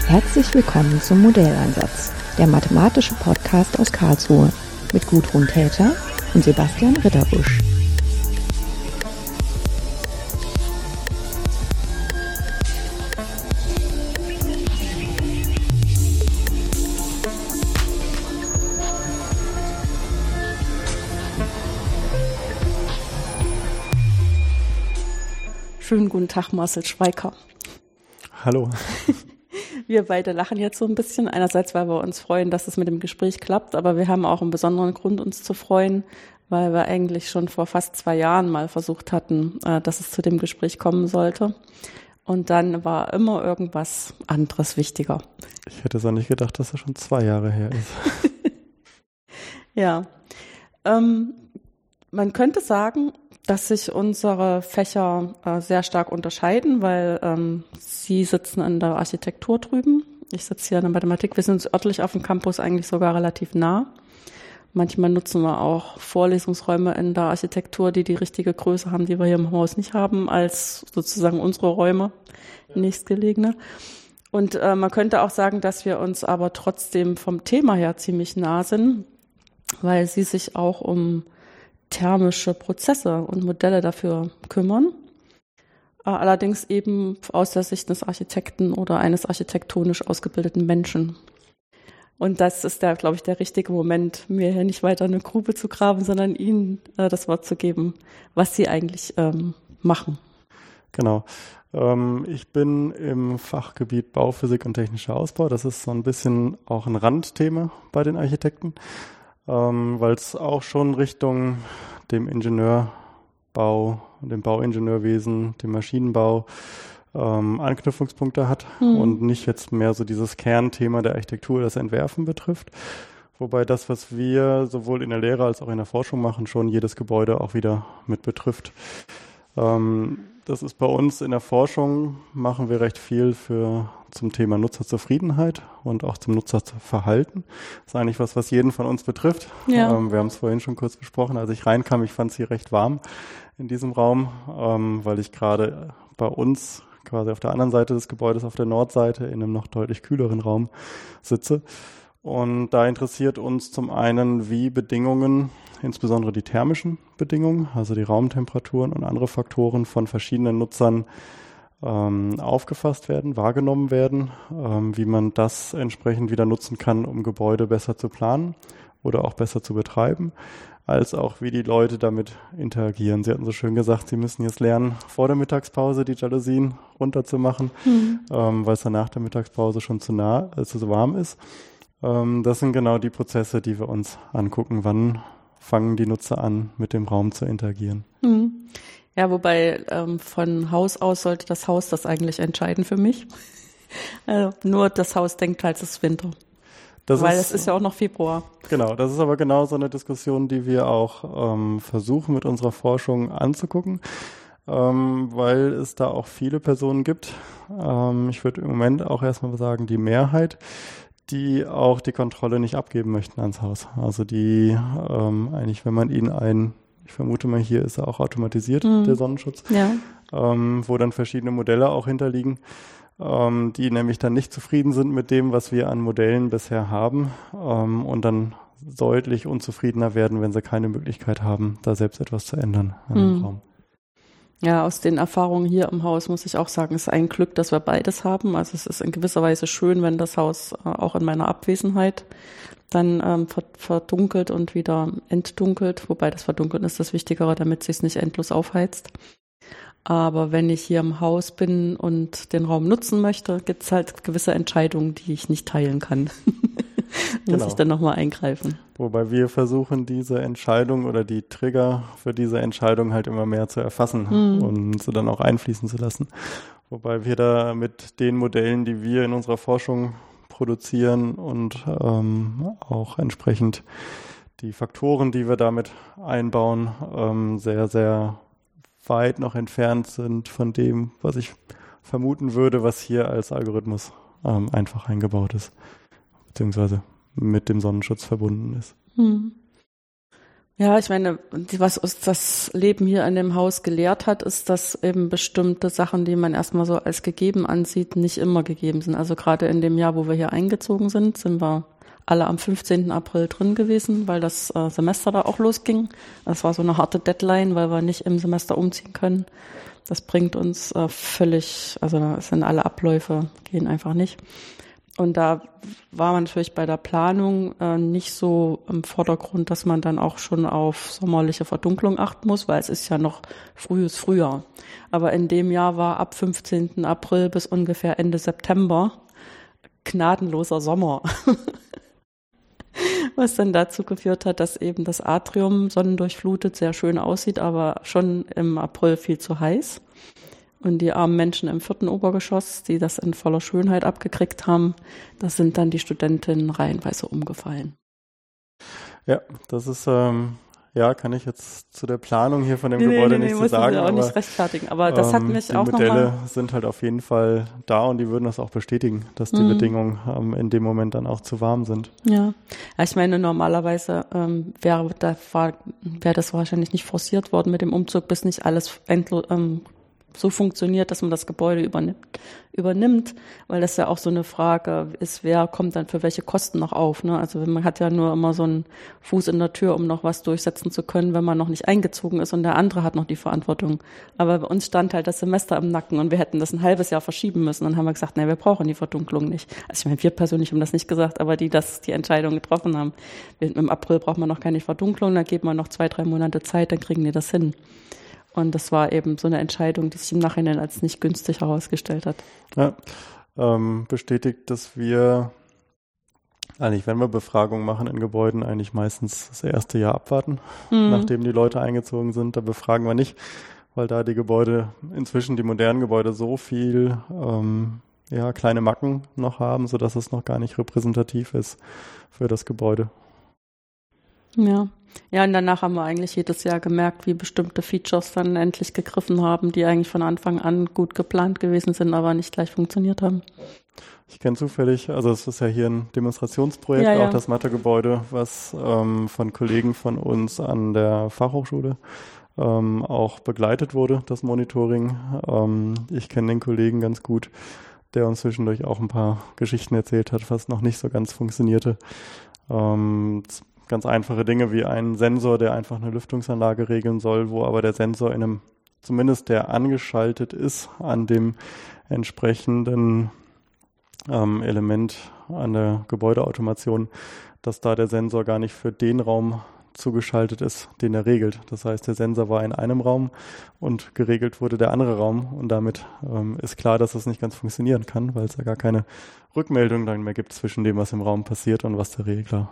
Herzlich willkommen zum Modelleinsatz, der mathematische Podcast aus Karlsruhe mit Gudrun Täter und Sebastian Ritterbusch. Schönen guten Tag, Marcel Schweiker. Hallo. Wir beide lachen jetzt so ein bisschen. Einerseits, weil wir uns freuen, dass es mit dem Gespräch klappt, aber wir haben auch einen besonderen Grund, uns zu freuen, weil wir eigentlich schon vor fast 2 Jahren mal versucht hatten, dass es zu dem Gespräch kommen sollte. Und dann war immer irgendwas anderes wichtiger. Ich hätte es auch nicht gedacht, dass das schon 2 Jahre her ist. Ja. Man könnte sagen, dass sich unsere Fächer sehr stark unterscheiden, weil Sie sitzen in der Architektur drüben, ich sitze hier in der Mathematik. Wir sind örtlich auf dem Campus eigentlich sogar relativ nah. Manchmal nutzen wir auch Vorlesungsräume in der Architektur, die richtige Größe haben, die wir hier im Haus nicht haben, als sozusagen unsere Räume, nächstgelegene. Und man könnte auch sagen, dass wir uns aber trotzdem vom Thema her ziemlich nah sind, weil Sie sich auch um thermische Prozesse und Modelle dafür kümmern. Allerdings eben aus der Sicht des Architekten oder eines architektonisch ausgebildeten Menschen. Und das ist glaube ich, der richtige Moment, mir hier nicht weiter eine Grube zu graben, sondern Ihnen das Wort zu geben, was Sie eigentlich machen. Genau. Ich bin im Fachgebiet Bauphysik und technischer Ausbau. Das ist so ein bisschen auch ein Randthema bei den Architekten, weil es auch schon Richtung dem Ingenieurbau, dem Bauingenieurwesen, dem Maschinenbau Anknüpfungspunkte hat und nicht jetzt mehr so dieses Kernthema der Architektur, das Entwerfen betrifft. Wobei das, was wir sowohl in der Lehre als auch in der Forschung machen, schon jedes Gebäude auch wieder mit betrifft. Das ist bei uns in der Forschung, machen wir recht viel zum Thema Nutzerzufriedenheit und auch zum Nutzerverhalten. Das ist eigentlich was jeden von uns betrifft. Ja. Wir haben es vorhin schon kurz besprochen. Als ich reinkam, ich fand es hier recht warm in diesem Raum, weil ich gerade bei uns quasi auf der anderen Seite des Gebäudes, auf der Nordseite, in einem noch deutlich kühleren Raum sitze. Und da interessiert uns zum einen, wie Bedingungen, insbesondere die thermischen Bedingungen, also die Raumtemperaturen und andere Faktoren von verschiedenen Nutzern aufgefasst werden, wahrgenommen werden, wie man das entsprechend wieder nutzen kann, um Gebäude besser zu planen oder auch besser zu betreiben, als auch wie die Leute damit interagieren. Sie hatten so schön gesagt, Sie müssen jetzt lernen, vor der Mittagspause die Jalousien runterzumachen, weil es dann nach der Mittagspause schon zu warm ist. Das sind genau die Prozesse, die wir uns angucken. Wann fangen die Nutzer an, mit dem Raum zu interagieren? Ja, wobei von Haus aus sollte das Haus das eigentlich entscheiden für mich. Nur das Haus denkt halt, es ist Winter. Es ist ja auch noch Februar. Genau, das ist aber genau so eine Diskussion, die wir auch versuchen mit unserer Forschung anzugucken, weil es da auch viele Personen gibt. Ich würde im Moment auch erstmal sagen, die Mehrheit, die auch die Kontrolle nicht abgeben möchten ans Haus. Also die eigentlich, wenn man ihnen ich vermute mal, hier ist er auch automatisiert, der Sonnenschutz, ja. Wo dann verschiedene Modelle auch hinterliegen, die nämlich dann nicht zufrieden sind mit dem, was wir an Modellen bisher haben und dann deutlich unzufriedener werden, wenn sie keine Möglichkeit haben, da selbst etwas zu ändern an dem Raum. Ja, aus den Erfahrungen hier im Haus muss ich auch sagen, es ist ein Glück, dass wir beides haben. Also es ist in gewisser Weise schön, wenn das Haus auch in meiner Abwesenheit dann verdunkelt und wieder entdunkelt, wobei das Verdunkeln ist das Wichtigere, damit es sich nicht endlos aufheizt. Aber wenn ich hier im Haus bin und den Raum nutzen möchte, gibt es halt gewisse Entscheidungen, die ich nicht teilen kann. Muss ich dann nochmal eingreifen. Wobei wir versuchen, diese Entscheidung oder die Trigger für diese Entscheidung halt immer mehr zu erfassen und sie dann auch einfließen zu lassen. Wobei wir da mit den Modellen, die wir in unserer Forschung produzieren und auch entsprechend die Faktoren, die wir damit einbauen, sehr, sehr weit noch entfernt sind von dem, was ich vermuten würde, was hier als Algorithmus einfach eingebaut ist, beziehungsweise mit dem Sonnenschutz verbunden ist. Ja, ich meine, was uns das Leben hier in dem Haus gelehrt hat, ist, dass eben bestimmte Sachen, die man erstmal so als gegeben ansieht, nicht immer gegeben sind. Also gerade in dem Jahr, wo wir hier eingezogen sind wir alle am 15. April drin gewesen, weil das Semester da auch losging. Das war so eine harte Deadline, weil wir nicht im Semester umziehen können. Das bringt uns völlig, also da sind alle Abläufe, gehen einfach nicht. Und da war man natürlich bei der Planung nicht so im Vordergrund, dass man dann auch schon auf sommerliche Verdunklung achten muss, weil es ist ja noch frühes Frühjahr. Aber in dem Jahr war ab 15. April bis ungefähr Ende September gnadenloser Sommer. Was dann dazu geführt hat, dass eben das Atrium sonnendurchflutet sehr schön aussieht, aber schon im April viel zu heiß. Und die armen Menschen im 4. Obergeschoss, die das in voller Schönheit abgekriegt haben, das sind dann die Studentinnen reihenweise umgefallen. Ja, das ist, kann ich jetzt zu der Planung hier von dem Gebäude nichts zu sagen. Nee, auch nicht rechtfertigen. Aber das hat mich auch nochmal... Die Modelle sind halt auf jeden Fall da und die würden das auch bestätigen, dass die Bedingungen in dem Moment dann auch zu warm sind. Ja, ich meine, normalerweise wäre das wahrscheinlich nicht forciert worden mit dem Umzug, bis nicht alles so funktioniert, dass man das Gebäude übernimmt, weil das ja auch so eine Frage ist, wer kommt dann für welche Kosten noch auf, ne? Also man hat ja nur immer so einen Fuß in der Tür, um noch was durchsetzen zu können, wenn man noch nicht eingezogen ist und der andere hat noch die Verantwortung. Aber bei uns stand halt das Semester im Nacken und wir hätten das ein halbes Jahr verschieben müssen. Dann haben wir gesagt, wir brauchen die Verdunklung nicht. Also ich meine, wir persönlich haben das nicht gesagt, aber die Entscheidung getroffen haben. Im April braucht man noch keine Verdunklung, dann gibt man noch 2-3 Monate Zeit, dann kriegen die das hin. Und das war eben so eine Entscheidung, die sich im Nachhinein als nicht günstig herausgestellt hat. Ja, bestätigt, dass wir eigentlich, wenn wir Befragungen machen in Gebäuden, eigentlich meistens das erste Jahr abwarten, nachdem die Leute eingezogen sind. Da befragen wir nicht, weil da die Gebäude, inzwischen die modernen Gebäude, so viel kleine Macken noch haben, sodass es noch gar nicht repräsentativ ist für das Gebäude. Ja, und danach haben wir eigentlich jedes Jahr gemerkt, wie bestimmte Features dann endlich gegriffen haben, die eigentlich von Anfang an gut geplant gewesen sind, aber nicht gleich funktioniert haben. Ich kenne zufällig, also es ist ja hier ein Demonstrationsprojekt, auch das Mathegebäude, was von Kollegen von uns an der Fachhochschule auch begleitet wurde, das Monitoring. Ich kenne den Kollegen ganz gut, der uns zwischendurch auch ein paar Geschichten erzählt hat, was noch nicht so ganz funktionierte. Ganz einfache Dinge wie ein Sensor, der einfach eine Lüftungsanlage regeln soll, wo aber der Sensor zumindest der angeschaltet ist an dem entsprechenden Element an der Gebäudeautomation, dass da der Sensor gar nicht für den Raum zugeschaltet ist, den er regelt. Das heißt, der Sensor war in einem Raum und geregelt wurde der andere Raum und damit ist klar, dass das nicht ganz funktionieren kann, weil es ja gar keine Rückmeldung dann mehr gibt zwischen dem, was im Raum passiert und was der Regler.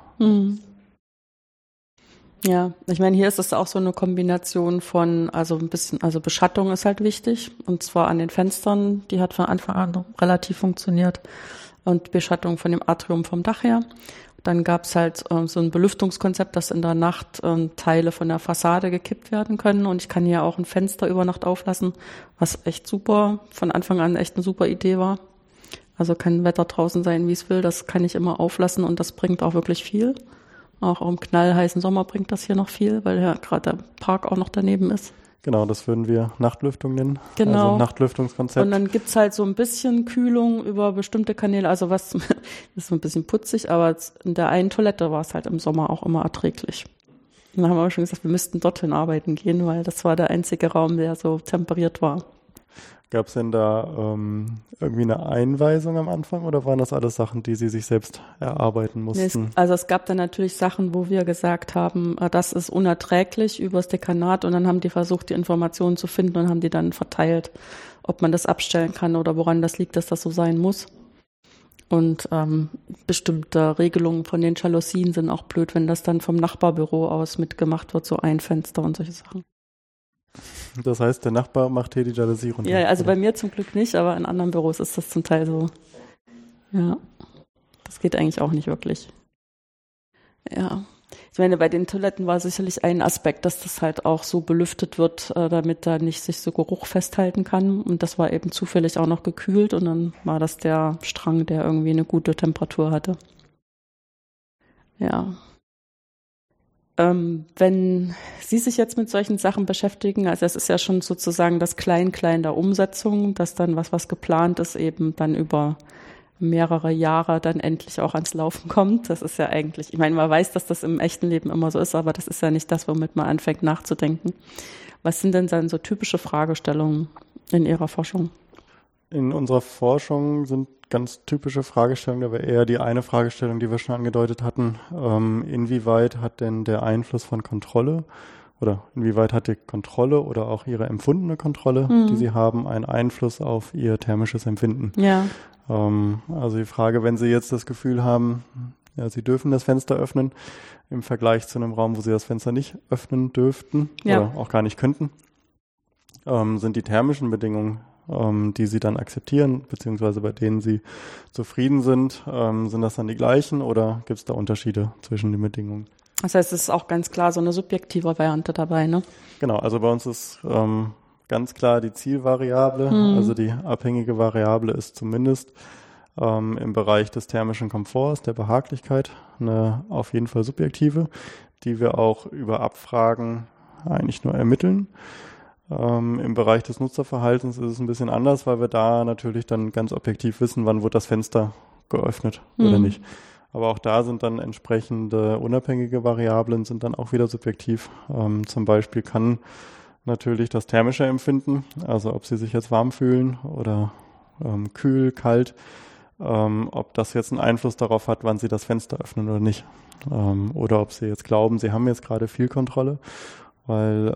Ja, ich meine, hier ist es auch so eine Kombination von, also Beschattung ist halt wichtig und zwar an den Fenstern, die hat von Anfang an relativ funktioniert und Beschattung von dem Atrium vom Dach her. Dann gab es halt so ein Belüftungskonzept, dass in der Nacht Teile von der Fassade gekippt werden können und ich kann hier auch ein Fenster über Nacht auflassen, was echt super, von Anfang an echt eine super Idee war. Also kann Wetter draußen sein, wie es will, das kann ich immer auflassen und das bringt auch wirklich viel. Auch im knallheißen Sommer bringt das hier noch viel, weil ja gerade der Park auch noch daneben ist. Genau, das würden wir Nachtlüftung nennen. Genau. Also Nachtlüftungskonzept. Und dann gibt's halt so ein bisschen Kühlung über bestimmte Kanäle. Also das ist so ein bisschen putzig, aber in der einen Toilette war es halt im Sommer auch immer erträglich. Und dann haben wir schon gesagt, wir müssten dorthin arbeiten gehen, weil das war der einzige Raum, der so temperiert war. Gab es denn da irgendwie eine Einweisung am Anfang oder waren das alles Sachen, die Sie sich selbst erarbeiten mussten? Also es gab dann natürlich Sachen, wo wir gesagt haben, das ist unerträglich übers Dekanat und dann haben die versucht, die Informationen zu finden und haben die dann verteilt, ob man das abstellen kann oder woran das liegt, dass das so sein muss. Und bestimmte Regelungen von den Jalousien sind auch blöd, wenn das dann vom Nachbarbüro aus mitgemacht wird, so ein Fenster und solche Sachen. Das heißt, der Nachbar macht hier die Jalousie runter? Ja, also bei mir zum Glück nicht, aber in anderen Büros ist das zum Teil so. Ja, das geht eigentlich auch nicht wirklich. Ja, ich meine, bei den Toiletten war sicherlich ein Aspekt, dass das halt auch so belüftet wird, damit da nicht sich so Geruch festhalten kann. Und das war eben zufällig auch noch gekühlt und dann war das der Strang, der irgendwie eine gute Temperatur hatte. Ja. Wenn Sie sich jetzt mit solchen Sachen beschäftigen, also es ist ja schon sozusagen das Klein-Klein der Umsetzung, dass dann was geplant ist, eben dann über mehrere Jahre dann endlich auch ans Laufen kommt. Das ist ja eigentlich, ich meine, man weiß, dass das im echten Leben immer so ist, aber das ist ja nicht das, womit man anfängt nachzudenken. Was sind denn dann so typische Fragestellungen in Ihrer Forschung? In unserer Forschung sind ganz typische Fragestellungen, aber eher die eine Fragestellung, die wir schon angedeutet hatten. Inwieweit hat denn der Einfluss von Kontrolle oder inwieweit hat die Kontrolle oder auch Ihre empfundene Kontrolle, die Sie haben, einen Einfluss auf Ihr thermisches Empfinden? Ja. Also die Frage, wenn Sie jetzt das Gefühl haben, ja, Sie dürfen das Fenster öffnen, im Vergleich zu einem Raum, wo Sie das Fenster nicht öffnen dürften oder auch gar nicht könnten, sind die thermischen Bedingungen, die Sie dann akzeptieren, beziehungsweise bei denen Sie zufrieden sind das dann die gleichen oder gibt es da Unterschiede zwischen den Bedingungen? Das heißt, es ist auch ganz klar so eine subjektive Variante dabei, ne? Genau, also bei uns ist ganz klar die Zielvariable, also die abhängige Variable ist zumindest im Bereich des thermischen Komforts, der Behaglichkeit, eine auf jeden Fall subjektive, die wir auch über Abfragen eigentlich nur ermitteln. Im Bereich des Nutzerverhaltens ist es ein bisschen anders, weil wir da natürlich dann ganz objektiv wissen, wann wird das Fenster geöffnet oder nicht. Aber auch da sind dann entsprechende unabhängige Variablen, sind dann auch wieder subjektiv. Zum Beispiel kann natürlich das thermische Empfinden, also ob Sie sich jetzt warm fühlen oder kühl, kalt, ob das jetzt einen Einfluss darauf hat, wann Sie das Fenster öffnen oder nicht. Oder ob Sie jetzt glauben, Sie haben jetzt gerade viel Kontrolle. Weil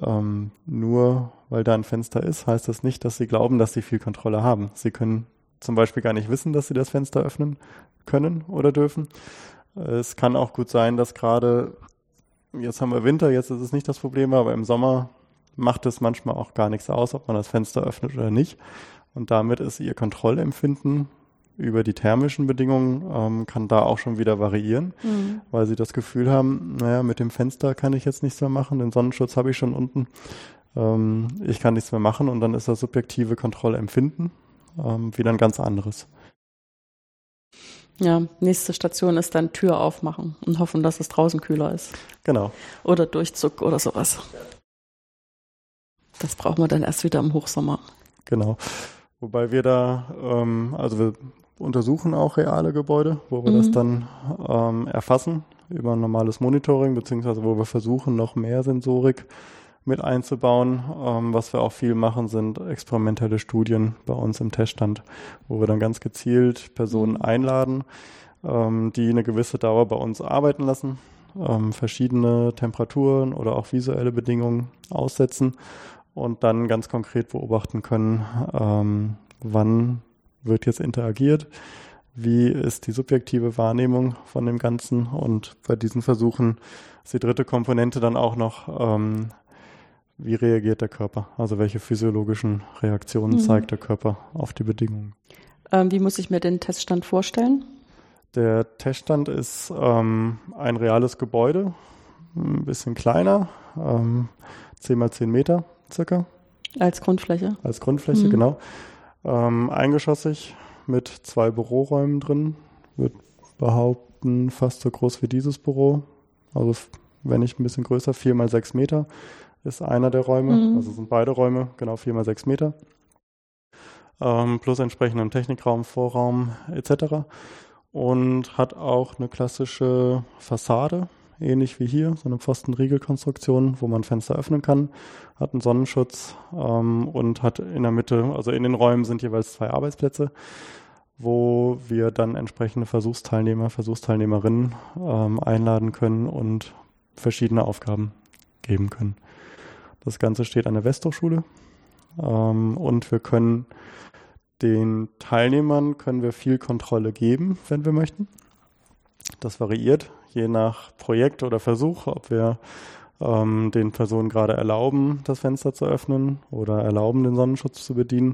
nur weil da ein Fenster ist, heißt das nicht, dass Sie glauben, dass Sie viel Kontrolle haben. Sie können zum Beispiel gar nicht wissen, dass Sie das Fenster öffnen können oder dürfen. Es kann auch gut sein, dass gerade, jetzt haben wir Winter, jetzt ist es nicht das Problem, aber im Sommer macht es manchmal auch gar nichts aus, ob man das Fenster öffnet oder nicht. Und damit ist Ihr Kontrollempfinden über die thermischen Bedingungen kann da auch schon wieder variieren, weil Sie das Gefühl haben, naja, mit dem Fenster kann ich jetzt nichts mehr machen, den Sonnenschutz habe ich schon unten, ich kann nichts mehr machen und dann ist das subjektive Kontrollempfinden wieder ein ganz anderes. Ja, nächste Station ist dann Tür aufmachen und hoffen, dass es draußen kühler ist. Genau. Oder Durchzug oder sowas. Das brauchen wir dann erst wieder im Hochsommer. Genau. Wobei wir da, also wir untersuchen auch reale Gebäude, wo wir das dann erfassen über ein normales Monitoring, beziehungsweise wo wir versuchen, noch mehr Sensorik mit einzubauen. Was wir auch viel machen, sind experimentelle Studien bei uns im Teststand, wo wir dann ganz gezielt Personen einladen, die eine gewisse Dauer bei uns arbeiten lassen, verschiedene Temperaturen oder auch visuelle Bedingungen aussetzen und dann ganz konkret beobachten können, wann wird jetzt interagiert, wie ist die subjektive Wahrnehmung von dem Ganzen und bei diesen Versuchen ist die dritte Komponente dann auch noch, wie reagiert der Körper, also welche physiologischen Reaktionen zeigt der Körper auf die Bedingungen. Wie muss ich mir den Teststand vorstellen? Der Teststand ist ein reales Gebäude, ein bisschen kleiner, 10 mal 10 Meter circa. Als Grundfläche? Als Grundfläche, genau. Eingeschossig mit 2 Büroräumen drin. Würde behaupten, fast so groß wie dieses Büro. Also wenn nicht ein bisschen größer, 4 mal 6 Meter ist einer der Räume. Also sind beide Räume, genau 4 mal 6 Meter. Plus entsprechenden Technikraum, Vorraum etc. Und hat auch eine klassische Fassade, ähnlich wie hier, so eine Pfostenriegelkonstruktion, wo man Fenster öffnen kann, hat einen Sonnenschutz und hat in der Mitte, also in den Räumen sind jeweils 2 Arbeitsplätze, wo wir dann entsprechende Versuchsteilnehmer, Versuchsteilnehmerinnen einladen können und verschiedene Aufgaben geben können. Das Ganze steht an der Westhochschule und wir können den Teilnehmern viel Kontrolle geben, wenn wir möchten. Das variiert je nach Projekt oder Versuch, ob wir den Personen gerade erlauben, das Fenster zu öffnen oder erlauben, den Sonnenschutz zu bedienen.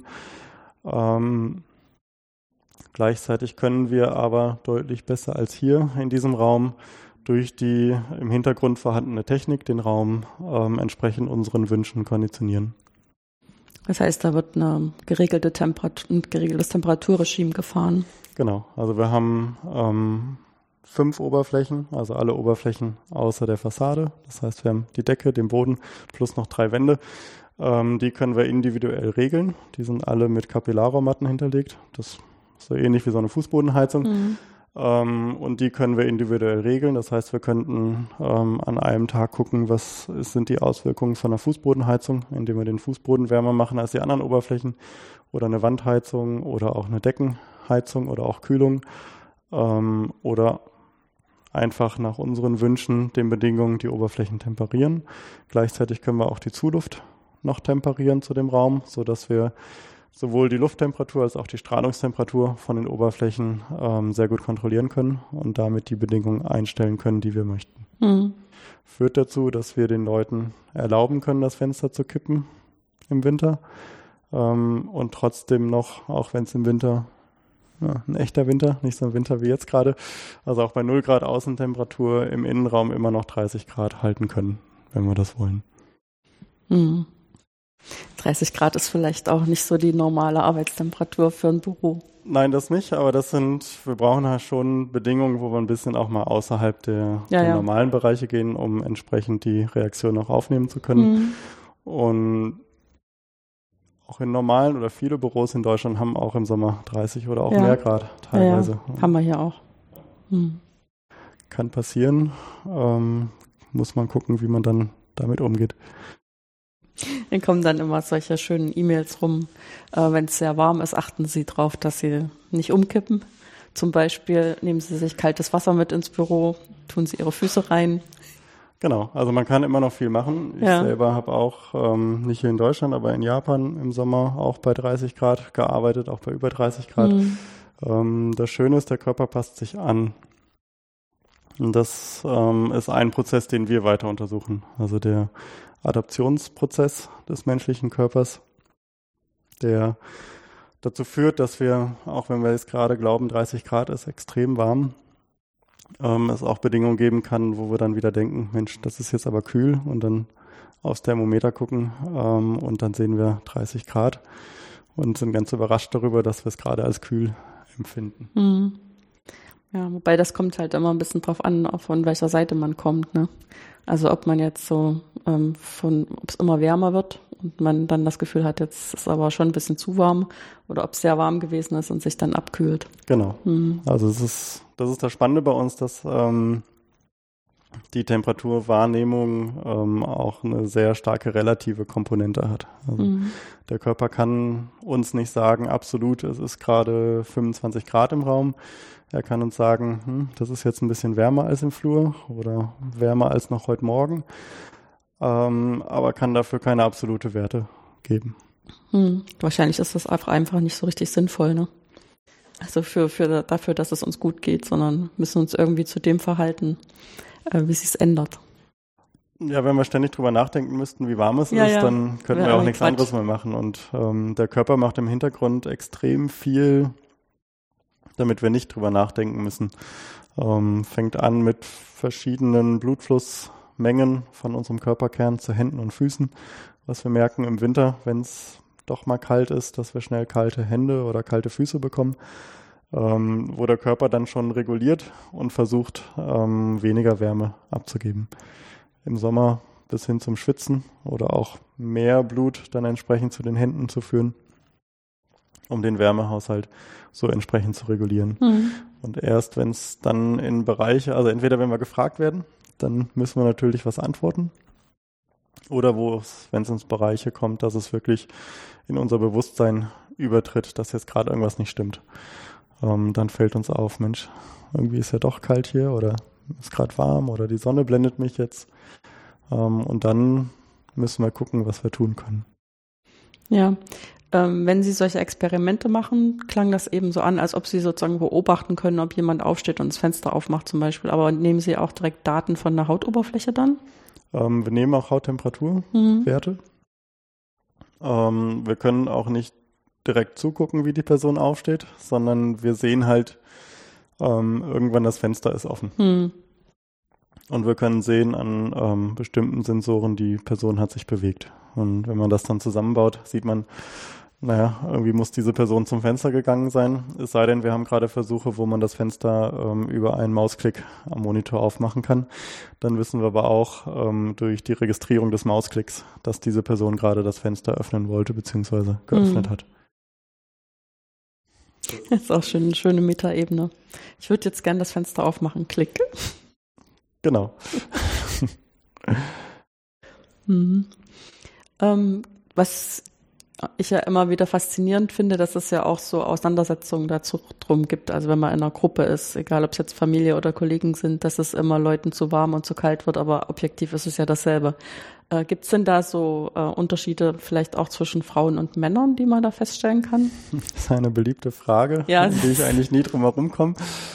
Gleichzeitig können wir aber deutlich besser als hier in diesem Raum durch die im Hintergrund vorhandene Technik den Raum entsprechend unseren Wünschen konditionieren. Das heißt, da wird ein geregeltes Temperaturregime gefahren. Genau, also wir haben 5 Oberflächen, also alle Oberflächen außer der Fassade. Das heißt, wir haben die Decke, den Boden plus noch 3 Wände. Die können wir individuell regeln. Die sind alle mit Kapillarrohrmatten hinterlegt. Das ist so ähnlich wie so eine Fußbodenheizung. Und die können wir individuell regeln. Das heißt, wir könnten an einem Tag gucken, was sind die Auswirkungen von einer Fußbodenheizung, indem wir den Fußboden wärmer machen als die anderen Oberflächen, oder eine Wandheizung oder auch eine Deckenheizung oder auch Kühlung, oder einfach nach unseren Wünschen, den Bedingungen die Oberflächen temperieren. Gleichzeitig können wir auch die Zuluft noch temperieren zu dem Raum, sodass wir sowohl die Lufttemperatur als auch die Strahlungstemperatur von den Oberflächen sehr gut kontrollieren können und damit die Bedingungen einstellen können, die wir möchten. Führt dazu, dass wir den Leuten erlauben können, das Fenster zu kippen im Winter und trotzdem noch, auch wenn es im Winter, ein echter Winter, nicht so ein Winter wie jetzt gerade, also auch bei 0 Grad Außentemperatur im Innenraum immer noch 30 Grad halten können, wenn wir das wollen. 30 Grad ist vielleicht auch nicht so die normale Arbeitstemperatur für ein Büro. Nein, das nicht, aber wir brauchen halt schon Bedingungen, wo wir ein bisschen auch mal außerhalb der normalen Bereiche gehen, um entsprechend die Reaktion auch aufnehmen zu können. Und auch in normalen oder viele Büros in Deutschland haben auch im Sommer 30 oder auch mehr Grad teilweise. Ja, haben wir hier auch. Kann passieren, muss man gucken, wie man dann damit umgeht. Dann kommen dann immer solche schönen E-Mails rum. Wenn es sehr warm ist, achten Sie darauf, dass Sie nicht umkippen. Zum Beispiel nehmen Sie sich kaltes Wasser mit ins Büro, tun Sie Ihre Füße rein. Genau, also man kann immer noch viel machen. Ich selber habe auch, nicht hier in Deutschland, aber in Japan im Sommer auch bei 30 Grad gearbeitet, auch bei über 30 Grad. Das Schöne ist, der Körper passt sich an. Und das ist ein Prozess, den wir weiter untersuchen. Also der Adaptionsprozess des menschlichen Körpers, der dazu führt, dass wir, auch wenn wir jetzt gerade glauben, 30 Grad ist extrem warm, es auch Bedingungen geben kann, wo wir dann wieder denken, Mensch, das ist jetzt aber kühl, und dann aufs Thermometer gucken und dann sehen wir 30 Grad und sind ganz überrascht darüber, dass wir es gerade als kühl empfinden. Ja, wobei das kommt halt immer ein bisschen drauf an, von welcher Seite man kommt, ne? Also ob man jetzt so ob es immer wärmer wird und man dann das Gefühl hat, jetzt ist aber schon ein bisschen zu warm, oder ob es sehr warm gewesen ist und sich dann abkühlt. Genau. Also das ist das Spannende bei uns, dass die Temperaturwahrnehmung auch eine sehr starke relative Komponente hat. Also der Körper kann uns nicht sagen, absolut, es ist gerade 25 Grad im Raum. Er kann uns sagen, das ist jetzt ein bisschen wärmer als im Flur oder wärmer als noch heute Morgen, aber kann dafür keine absolute Werte geben. Wahrscheinlich ist das einfach nicht so richtig sinnvoll, ne? Also dafür, dass es uns gut geht, sondern müssen uns irgendwie zu dem verhalten, wie es sich ändert. Ja, wenn wir ständig drüber nachdenken müssten, wie warm es ist, dann könnten wir auch nichts anderes mehr machen. Und der Körper macht im Hintergrund extrem viel, damit wir nicht drüber nachdenken müssen. Fängt an mit verschiedenen Blutflussmengen von unserem Körperkern zu Händen und Füßen. Was wir merken im Winter, wenn es doch mal kalt ist, dass wir schnell kalte Hände oder kalte Füße bekommen, wo der Körper dann schon reguliert und versucht, weniger Wärme abzugeben. Im Sommer bis hin zum Schwitzen oder auch mehr Blut dann entsprechend zu den Händen zu führen, um den Wärmehaushalt so entsprechend zu regulieren. Und erst wenn es dann in Bereiche, also entweder wenn wir gefragt werden, dann müssen wir natürlich was antworten, oder wenn es ins Bereiche kommt, dass es wirklich in unser Bewusstsein übertritt, dass jetzt gerade irgendwas nicht stimmt. Dann fällt uns auf, Mensch, irgendwie ist ja doch kalt hier oder ist gerade warm oder die Sonne blendet mich jetzt. Und dann müssen wir gucken, was wir tun können. Ja, wenn Sie solche Experimente machen, klang das eben so an, als ob Sie sozusagen beobachten können, ob jemand aufsteht und das Fenster aufmacht zum Beispiel. Aber nehmen Sie auch direkt Daten von der Hautoberfläche dann? Wir nehmen auch Hauttemperaturwerte. Wir können auch nicht direkt zugucken, wie die Person aufsteht, sondern wir sehen halt, irgendwann das Fenster ist offen. Und wir können sehen an bestimmten Sensoren, die Person hat sich bewegt. Und wenn man das dann zusammenbaut, sieht man, irgendwie muss diese Person zum Fenster gegangen sein. Es sei denn, wir haben gerade Versuche, wo man das Fenster über einen Mausklick am Monitor aufmachen kann. Dann wissen wir aber auch durch die Registrierung des Mausklicks, dass diese Person gerade das Fenster öffnen wollte bzw. geöffnet hat. Das ist auch eine schöne Metaebene. Ich würde jetzt gerne das Fenster aufmachen. Klick. Genau. Was ich ja immer wieder faszinierend finde, dass es ja auch so Auseinandersetzungen dazu drum gibt. Also wenn man in einer Gruppe ist, egal ob es jetzt Familie oder Kollegen sind, dass es immer Leuten zu warm und zu kalt wird, aber objektiv ist es ja dasselbe. Gibt es denn da so Unterschiede vielleicht auch zwischen Frauen und Männern, die man da feststellen kann? Das ist eine beliebte Frage, ja, um die ich eigentlich nie drum herum komme.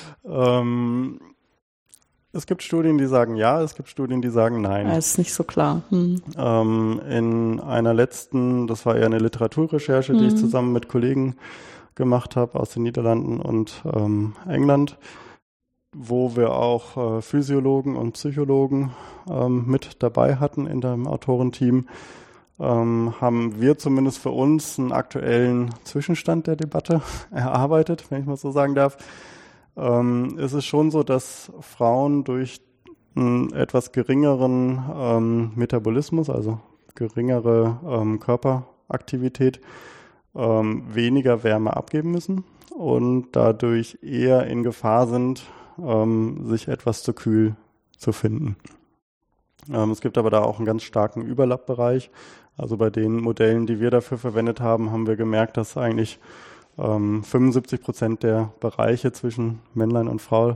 Es gibt Studien, die sagen ja, es gibt Studien, die sagen nein. Ja, ist nicht so klar. In einer letzten, das war eher eine Literaturrecherche, die ich zusammen mit Kollegen gemacht habe aus den Niederlanden und England, wo wir auch Physiologen und Psychologen mit dabei hatten in dem Autorenteam, haben wir zumindest für uns einen aktuellen Zwischenstand der Debatte erarbeitet, wenn ich mal so sagen darf. Es ist schon so, dass Frauen durch einen etwas geringeren Metabolismus, also geringere Körperaktivität, weniger Wärme abgeben müssen und dadurch eher in Gefahr sind, sich etwas zu kühl zu finden. Es gibt aber da auch einen ganz starken Überlappbereich. Also bei den Modellen, die wir dafür verwendet haben, haben wir gemerkt, dass eigentlich 75% der Bereiche zwischen Männlein und Frau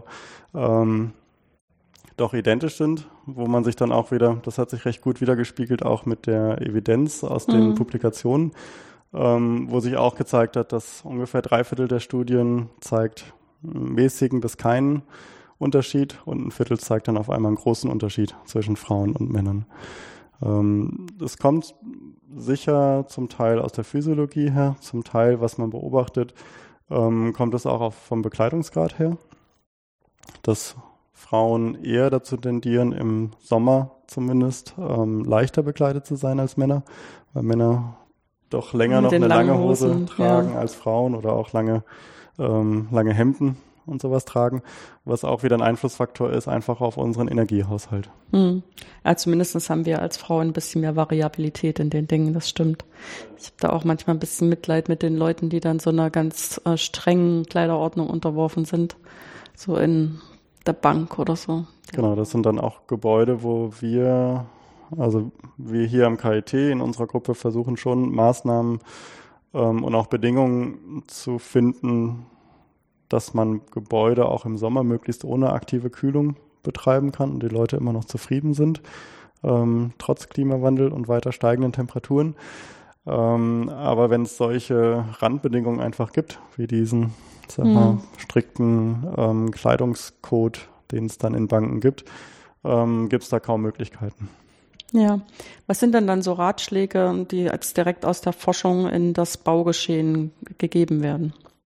doch identisch sind, wo man sich dann auch wieder, das hat sich recht gut wiedergespiegelt, auch mit der Evidenz aus den Publikationen, wo sich auch gezeigt hat, dass ungefähr 3/4 der Studien zeigt mäßigen bis keinen Unterschied und 1/4 zeigt dann auf einmal einen großen Unterschied zwischen Frauen und Männern. Das kommt sicher zum Teil aus der Physiologie her, zum Teil, was man beobachtet, kommt es auch vom Bekleidungsgrad her, dass Frauen eher dazu tendieren, im Sommer zumindest leichter bekleidet zu sein als Männer, weil Männer doch länger noch eine lange Hose tragen als Frauen oder auch lange Hemden und sowas tragen, was auch wieder ein Einflussfaktor ist, einfach auf unseren Energiehaushalt. Ja, zumindest haben wir als Frau ein bisschen mehr Variabilität in den Dingen, das stimmt. Ich habe da auch manchmal ein bisschen Mitleid mit den Leuten, die dann so einer ganz strengen Kleiderordnung unterworfen sind, so in der Bank oder so. Genau, das sind dann auch Gebäude, wo wir hier am KIT in unserer Gruppe versuchen schon Maßnahmen und auch Bedingungen zu finden, dass man Gebäude auch im Sommer möglichst ohne aktive Kühlung betreiben kann und die Leute immer noch zufrieden sind, trotz Klimawandel und weiter steigenden Temperaturen. Aber wenn es solche Randbedingungen einfach gibt, wie diesen strikten Kleidungscode, den es dann in Banken gibt, gibt es da kaum Möglichkeiten. Ja, was sind denn dann so Ratschläge, die jetzt direkt aus der Forschung in das Baugeschehen gegeben werden?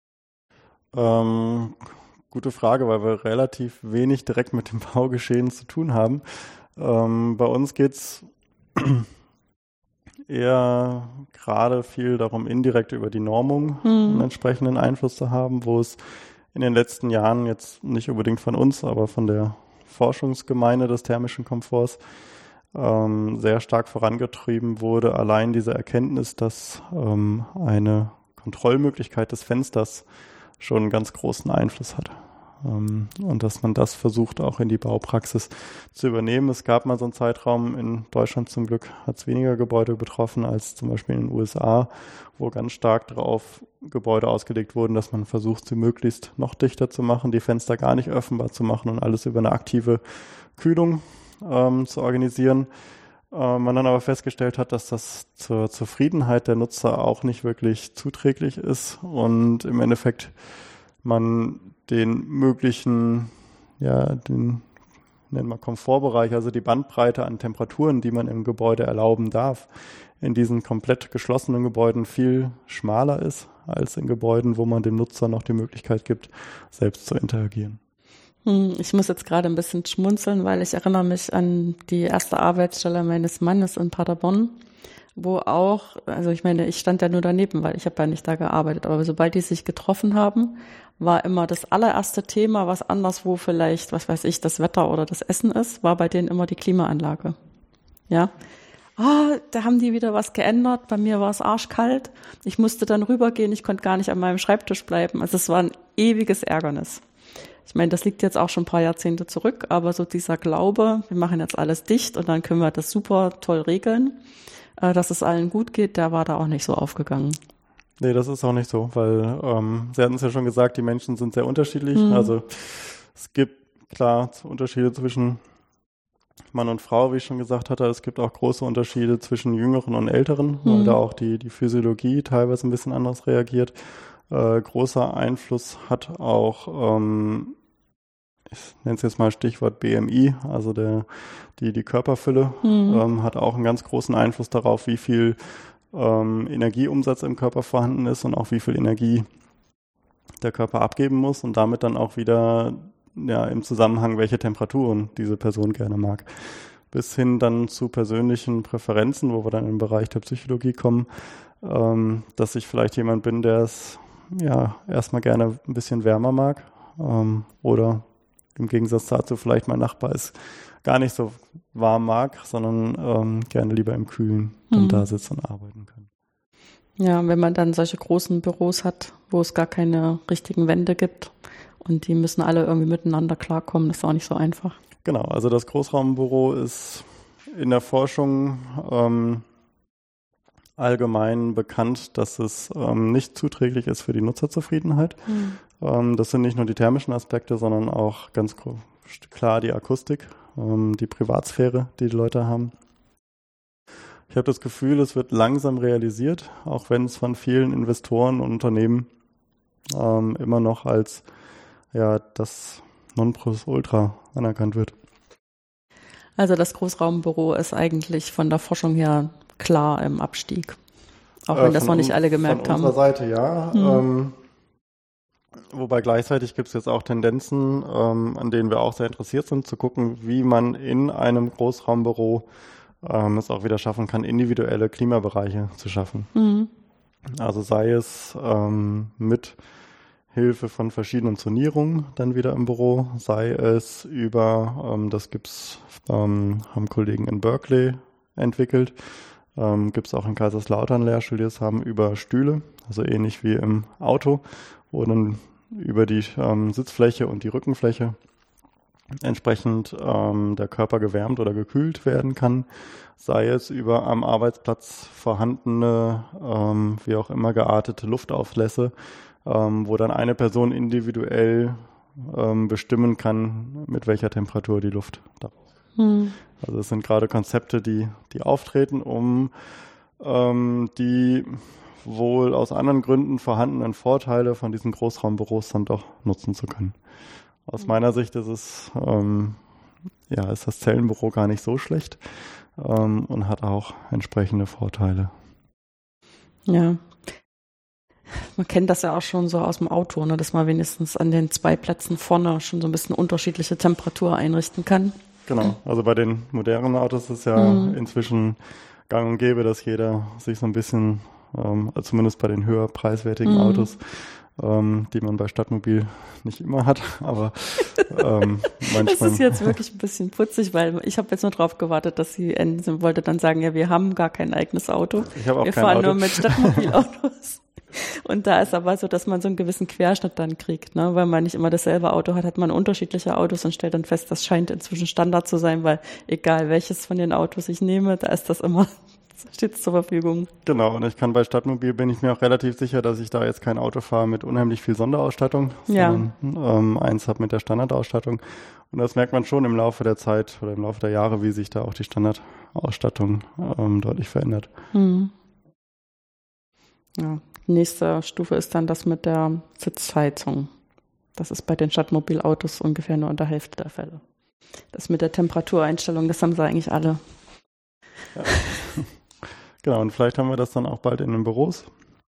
Gute Frage, weil wir relativ wenig direkt mit dem Baugeschehen zu tun haben. Bei uns geht es eher gerade viel darum, indirekt über die Normung einen entsprechenden Einfluss zu haben, wo es in den letzten Jahren jetzt nicht unbedingt von uns, aber von der Forschungsgemeinde des thermischen Komforts sehr stark vorangetrieben wurde. Allein diese Erkenntnis, dass eine Kontrollmöglichkeit des Fensters schon einen ganz großen Einfluss hat. Und dass man das versucht, auch in die Baupraxis zu übernehmen. Es gab mal so einen Zeitraum, in Deutschland zum Glück hat es weniger Gebäude betroffen als zum Beispiel in den USA, wo ganz stark darauf Gebäude ausgelegt wurden, dass man versucht, sie möglichst noch dichter zu machen, die Fenster gar nicht öffnbar zu machen und alles über eine aktive Kühlung zu organisieren. Man dann aber festgestellt hat, dass das zur Zufriedenheit der Nutzer auch nicht wirklich zuträglich ist und im Endeffekt man den möglichen, den nennen wir Komfortbereich, also die Bandbreite an Temperaturen, die man im Gebäude erlauben darf, in diesen komplett geschlossenen Gebäuden viel schmaler ist als in Gebäuden, wo man dem Nutzer noch die Möglichkeit gibt, selbst zu interagieren. Ich muss jetzt gerade ein bisschen schmunzeln, weil ich erinnere mich an die erste Arbeitsstelle meines Mannes in Paderborn, wo auch, also ich meine, ich stand ja nur daneben, weil ich habe ja nicht da gearbeitet, aber sobald die sich getroffen haben, war immer das allererste Thema, was anderswo vielleicht, was weiß ich, das Wetter oder das Essen ist, war bei denen immer die Klimaanlage. Ja. Da haben die wieder was geändert. Bei mir war es arschkalt. Ich musste dann rübergehen. Ich konnte gar nicht an meinem Schreibtisch bleiben. Also es war ein ewiges Ärgernis. Ich meine, das liegt jetzt auch schon ein paar Jahrzehnte zurück, aber so dieser Glaube, wir machen jetzt alles dicht und dann können wir das super toll regeln, dass es allen gut geht, der war da auch nicht so aufgegangen. Nee, das ist auch nicht so, weil Sie hatten es ja schon gesagt, die Menschen sind sehr unterschiedlich. Also es gibt klar Unterschiede zwischen Mann und Frau, wie ich schon gesagt hatte. Es gibt auch große Unterschiede zwischen Jüngeren und Älteren, weil da auch die Physiologie teilweise ein bisschen anders reagiert. Großer Einfluss hat auch, ich nenne es jetzt mal Stichwort BMI, also die Körperfülle, hat auch einen ganz großen Einfluss darauf, wie viel Energieumsatz im Körper vorhanden ist und auch wie viel Energie der Körper abgeben muss und damit dann auch wieder im Zusammenhang, welche Temperaturen diese Person gerne mag. Bis hin dann zu persönlichen Präferenzen, wo wir dann im Bereich der Psychologie kommen, dass ich vielleicht jemand bin, der es erstmal gerne ein bisschen wärmer mag oder im Gegensatz dazu vielleicht mein Nachbar es gar nicht so warm mag, sondern gerne lieber im Kühlen dann da sitzt und arbeiten kann. Ja, wenn man dann solche großen Büros hat, wo es gar keine richtigen Wände gibt und die müssen alle irgendwie miteinander klarkommen, das ist auch nicht so einfach. Genau, also das Großraumbüro ist in der Forschung allgemein bekannt, dass es nicht zuträglich ist für die Nutzerzufriedenheit. Das sind nicht nur die thermischen Aspekte, sondern auch ganz klar die Akustik, die Privatsphäre, die Leute haben. Ich habe das Gefühl, es wird langsam realisiert, auch wenn es von vielen Investoren und Unternehmen immer noch als das Nonplusultra anerkannt wird. Also das Großraumbüro ist eigentlich von der Forschung her klar im Abstieg. Auch wenn das noch nicht alle gemerkt haben. Von unserer Seite ja. Wobei gleichzeitig gibt es jetzt auch Tendenzen, an denen wir auch sehr interessiert sind, zu gucken, wie man in einem Großraumbüro es auch wieder schaffen kann, individuelle Klimabereiche zu schaffen. Also sei es mit Hilfe von verschiedenen Zonierungen dann wieder im Büro, sei es über, haben Kollegen in Berkeley entwickelt, gibt es auch in Kaiserslautern Lehrstühle, die es haben über Stühle, also ähnlich wie im Auto, wo dann über die Sitzfläche und die Rückenfläche entsprechend der Körper gewärmt oder gekühlt werden kann, sei es über am Arbeitsplatz vorhandene, wie auch immer geartete Luftauflässe, wo dann eine Person individuell bestimmen kann, mit welcher Temperatur die Luft da ist. Also es sind gerade Konzepte, die auftreten, um die wohl aus anderen Gründen vorhandenen Vorteile von diesen Großraumbüros dann doch nutzen zu können. Aus meiner Sicht ist es, ist das Zellenbüro gar nicht so schlecht und hat auch entsprechende Vorteile. Ja. Man kennt das ja auch schon so aus dem Auto, ne, dass man wenigstens an den 2 Plätzen vorne schon so ein bisschen unterschiedliche Temperatur einrichten kann. Genau, also bei den modernen Autos ist ja inzwischen gang und gäbe, dass jeder sich so ein bisschen, zumindest bei den höher preiswertigen Autos, die man bei Stadtmobil nicht immer hat, aber manchmal. Das ist jetzt wirklich ein bisschen putzig, weil ich habe jetzt nur drauf gewartet, dass sie wollte dann sagen, ja, wir haben gar kein eigenes Auto. Ich habe auch wir kein fahren Auto. Nur mit Stadtmobilautos. Und da ist aber so, dass man so einen gewissen Querschnitt dann kriegt, ne? Weil man nicht immer dasselbe Auto hat, hat man unterschiedliche Autos und stellt dann fest, das scheint inzwischen Standard zu sein, weil egal welches von den Autos ich nehme, da ist das immer, steht zur Verfügung. Genau, und ich kann bei Stadtmobil, bin ich mir auch relativ sicher, dass ich da jetzt kein Auto fahre mit unheimlich viel Sonderausstattung, sondern eins habe mit der Standardausstattung. Und das merkt man schon im Laufe der Zeit oder im Laufe der Jahre, wie sich da auch die Standardausstattung deutlich verändert. Ja. Nächste Stufe ist dann das mit der Sitzheizung. Das ist bei den Stadtmobilautos ungefähr nur in der Hälfte der Fälle. Das mit der Temperatureinstellung, das haben sie eigentlich alle. Ja. Genau, und vielleicht haben wir das dann auch bald in den Büros.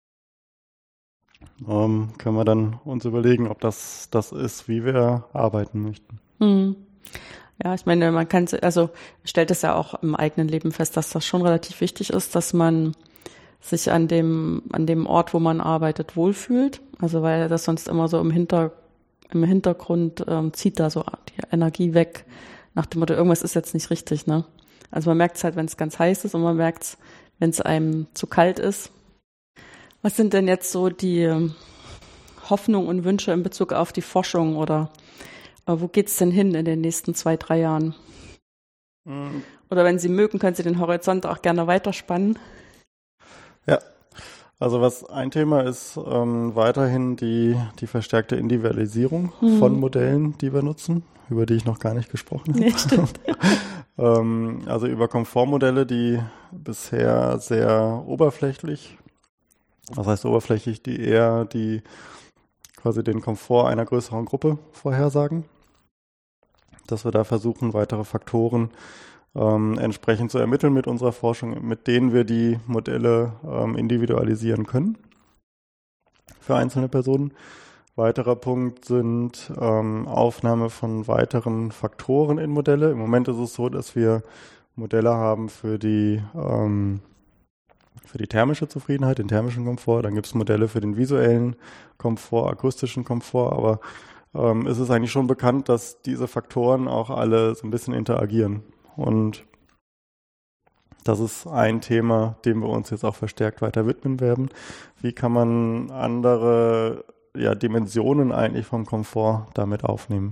Können wir dann uns überlegen, ob das ist, wie wir arbeiten möchten. Ja, ich meine, stellt es ja auch im eigenen Leben fest, dass das schon relativ wichtig ist, dass man sich an dem Ort, wo man arbeitet, wohlfühlt. Also weil das sonst immer so im Hintergrund zieht da so die Energie weg, nach dem Motto, irgendwas ist jetzt nicht richtig, ne? Also man merkt es halt, wenn es ganz heiß ist, und man merkt es, wenn es einem zu kalt ist. Was sind denn jetzt so die Hoffnungen und Wünsche in Bezug auf die Forschung oder wo geht's denn hin in den nächsten 2-3 Jahren? Oder wenn Sie mögen, können Sie den Horizont auch gerne weiterspannen. Ja, also was ein Thema ist, weiterhin die verstärkte Individualisierung von Modellen, die wir nutzen, über die ich noch gar nicht gesprochen habe. Nee, stimmt. Also über Komfortmodelle, die bisher sehr oberflächlich, was heißt oberflächlich, die quasi den Komfort einer größeren Gruppe vorhersagen, dass wir da versuchen, weitere Faktoren entsprechend zu ermitteln mit unserer Forschung, mit denen wir die Modelle individualisieren können für einzelne Personen. Weiterer Punkt sind Aufnahme von weiteren Faktoren in Modelle. Im Moment ist es so, dass wir Modelle haben für die thermische Zufriedenheit, den thermischen Komfort. Dann gibt es Modelle für den visuellen Komfort, akustischen Komfort. Aber es ist eigentlich schon bekannt, dass diese Faktoren auch alle so ein bisschen interagieren. Und das ist ein Thema, dem wir uns jetzt auch verstärkt weiter widmen werden. Wie kann man andere Dimensionen eigentlich vom Komfort damit aufnehmen?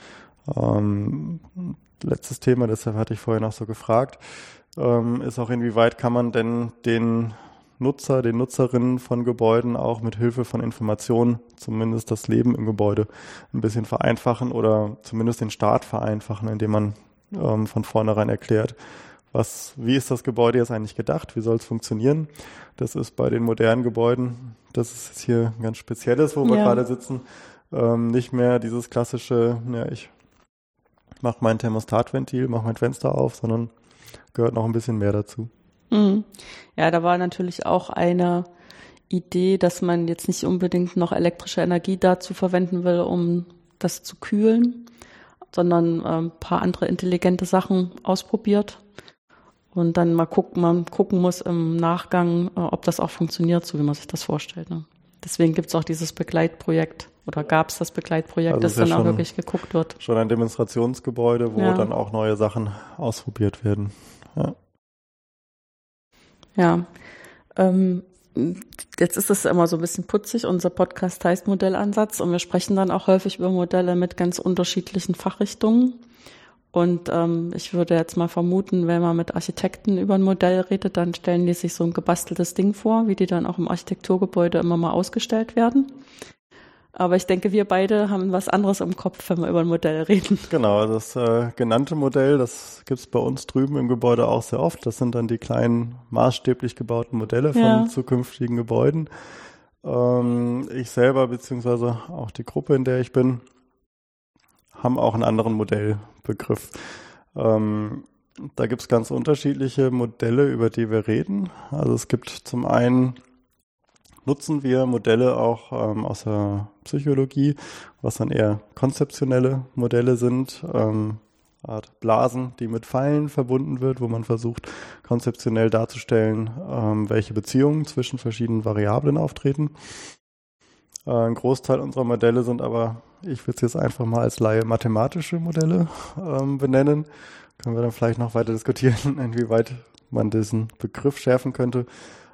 Letztes Thema, deshalb hatte ich vorher noch so gefragt, ist auch, inwieweit kann man denn den Nutzerinnen von Gebäuden auch mit Hilfe von Informationen zumindest das Leben im Gebäude ein bisschen vereinfachen oder zumindest den Start vereinfachen, indem man von vornherein erklärt, wie ist das Gebäude jetzt eigentlich gedacht, wie soll es funktionieren. Das ist bei den modernen Gebäuden, das ist jetzt hier ein ganz spezielles, wo wir gerade sitzen, nicht mehr dieses klassische, ich mache mein Thermostatventil, mache mein Fenster auf, sondern gehört noch ein bisschen mehr dazu. Ja, da war natürlich auch eine Idee, dass man jetzt nicht unbedingt noch elektrische Energie dazu verwenden will, um das zu kühlen, sondern ein paar andere intelligente Sachen ausprobiert und dann man gucken muss im Nachgang, ob das auch funktioniert, so wie man sich das vorstellt. Ne? Deswegen gibt es auch dieses Begleitprojekt oder gab es das Begleitprojekt, also das dann auch wirklich geguckt wird. Schon ein Demonstrationsgebäude, wo dann auch neue Sachen ausprobiert werden. Ja. Jetzt ist es immer so ein bisschen putzig. Unser Podcast heißt Modellansatz und wir sprechen dann auch häufig über Modelle mit ganz unterschiedlichen Fachrichtungen. Und ich würde jetzt mal vermuten, wenn man mit Architekten über ein Modell redet, dann stellen die sich so ein gebasteltes Ding vor, wie die dann auch im Architekturgebäude immer mal ausgestellt werden. Aber ich denke, wir beide haben was anderes im Kopf, wenn wir über ein Modell reden. Genau, das genannte Modell, das gibt es bei uns drüben im Gebäude auch sehr oft. Das sind dann die kleinen maßstäblich gebauten Modelle von zukünftigen Gebäuden. Ich selber, beziehungsweise auch die Gruppe, in der ich bin, haben auch einen anderen Modellbegriff. Da gibt es ganz unterschiedliche Modelle, über die wir reden. Also es gibt zum einen, nutzen wir Modelle auch aus der Psychologie, was dann eher konzeptionelle Modelle sind, Art Blasen, die mit Pfeilen verbunden wird, wo man versucht, konzeptionell darzustellen, welche Beziehungen zwischen verschiedenen Variablen auftreten. Ein Großteil unserer Modelle sind aber, ich würde es jetzt einfach mal als Laie mathematische Modelle benennen. Können wir dann vielleicht noch weiter diskutieren, inwieweit man diesen Begriff schärfen könnte.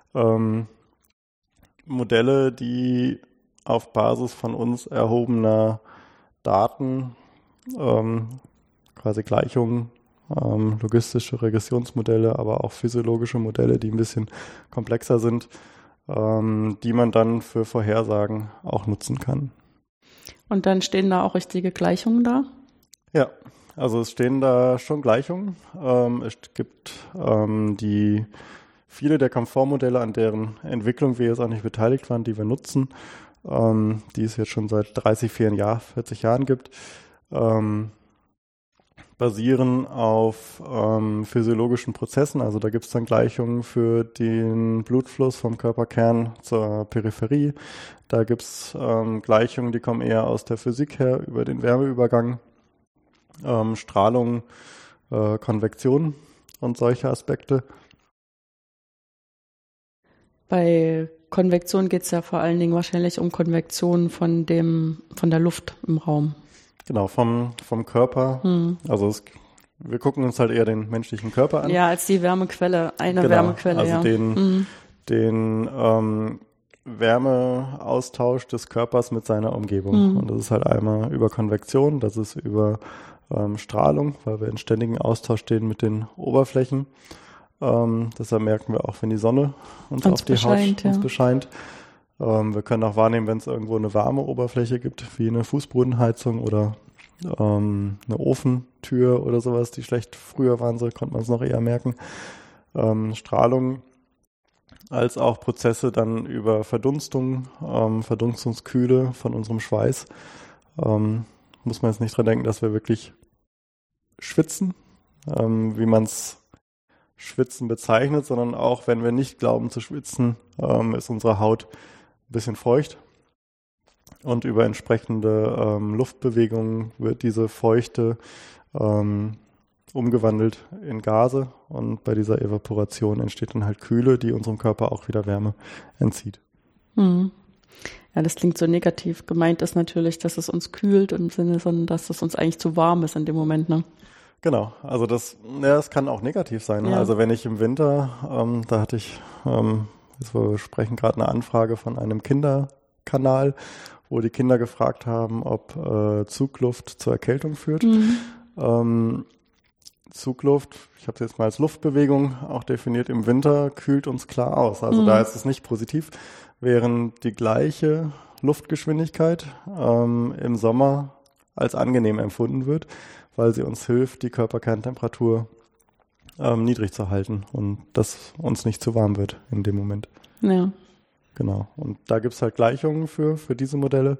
Modelle, die auf Basis von uns erhobener Daten, quasi Gleichungen, logistische Regressionsmodelle, aber auch physiologische Modelle, die ein bisschen komplexer sind, die man dann für Vorhersagen auch nutzen kann. Und dann stehen da auch richtige Gleichungen da? Ja, also es stehen da schon Gleichungen. Es gibt viele der Komfortmodelle, an deren Entwicklung wir jetzt auch nicht beteiligt waren, die wir nutzen, die es jetzt schon seit 40 Jahren gibt, basieren auf physiologischen Prozessen. Also da gibt es dann Gleichungen für den Blutfluss vom Körperkern zur Peripherie. Da gibt es Gleichungen, die kommen eher aus der Physik her, über den Wärmeübergang. Strahlung, Konvektion und solche Aspekte. Bei Konvektion geht es ja vor allen Dingen wahrscheinlich um Konvektion von der Luft im Raum. Genau, vom Körper. Also wir gucken uns halt eher den menschlichen Körper an. Ja, als die Wärmequelle, Wärmequelle, also ja. den Wärmeaustausch des Körpers mit seiner Umgebung. Und das ist halt einmal über Konvektion, das ist über Strahlung, weil wir in ständigem Austausch stehen mit den Oberflächen. Deshalb merken wir auch, wenn die Sonne uns auf die Haut bescheint. Wir können auch wahrnehmen, wenn es irgendwo eine warme Oberfläche gibt, wie eine Fußbodenheizung oder eine Ofentür oder sowas, die schlecht früher waren, so konnte man es noch eher merken. Strahlung als auch Prozesse dann über Verdunstung, Verdunstungskühle von unserem Schweiß. Muss man jetzt nicht dran denken, dass wir wirklich schwitzen, wie man es Schwitzen bezeichnet, sondern auch, wenn wir nicht glauben zu schwitzen, ist unsere Haut ein bisschen feucht. Und über entsprechende Luftbewegungen wird diese Feuchte umgewandelt in Gase und bei dieser Evaporation entsteht dann halt Kühle, die unserem Körper auch wieder Wärme entzieht. Ja, das klingt so negativ. Gemeint ist natürlich, dass es uns kühlt im Sinne, sondern dass es uns eigentlich zu warm ist in dem Moment, ne? Genau, also das kann auch negativ sein. Ja. Also wenn ich im Winter, da hatte ich, wir sprechen gerade eine Anfrage von einem Kinderkanal, wo die Kinder gefragt haben, ob Zugluft zur Erkältung führt. Zugluft, ich habe es jetzt mal als Luftbewegung auch definiert, im Winter kühlt uns klar aus. Also da ist es nicht positiv, während die gleiche Luftgeschwindigkeit im Sommer als angenehm empfunden wird, weil sie uns hilft, die Körperkerntemperatur niedrig zu halten und dass uns nicht zu warm wird in dem Moment. Ja. Genau. Und da gibt es halt Gleichungen für diese Modelle.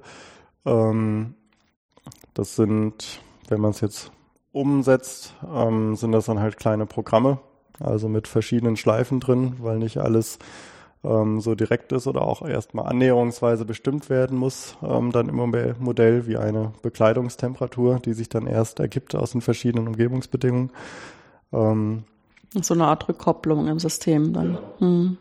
Das sind, wenn man es jetzt umsetzt, sind das dann halt kleine Programme, also mit verschiedenen Schleifen drin, weil nicht alles so direkt ist oder auch erstmal annäherungsweise bestimmt werden muss, dann im Modell wie eine Bekleidungstemperatur, die sich dann erst ergibt aus den verschiedenen Umgebungsbedingungen. So eine Art Rückkopplung im System dann. Genau.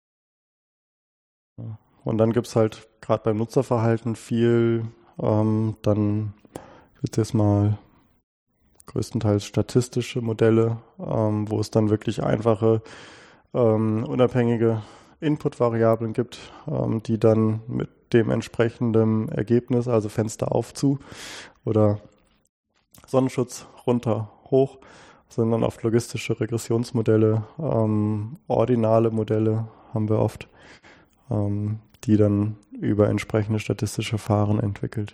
Und dann gibt es halt gerade beim Nutzerverhalten viel, dann wird jetzt mal größtenteils statistische Modelle, wo es dann wirklich einfache, unabhängige Input-Variablen gibt, die dann mit dem entsprechenden Ergebnis, also Fenster auf zu oder Sonnenschutz runter hoch, sind dann oft logistische Regressionsmodelle, ordinale Modelle haben wir oft, die dann über entsprechende statistische Verfahren entwickelt.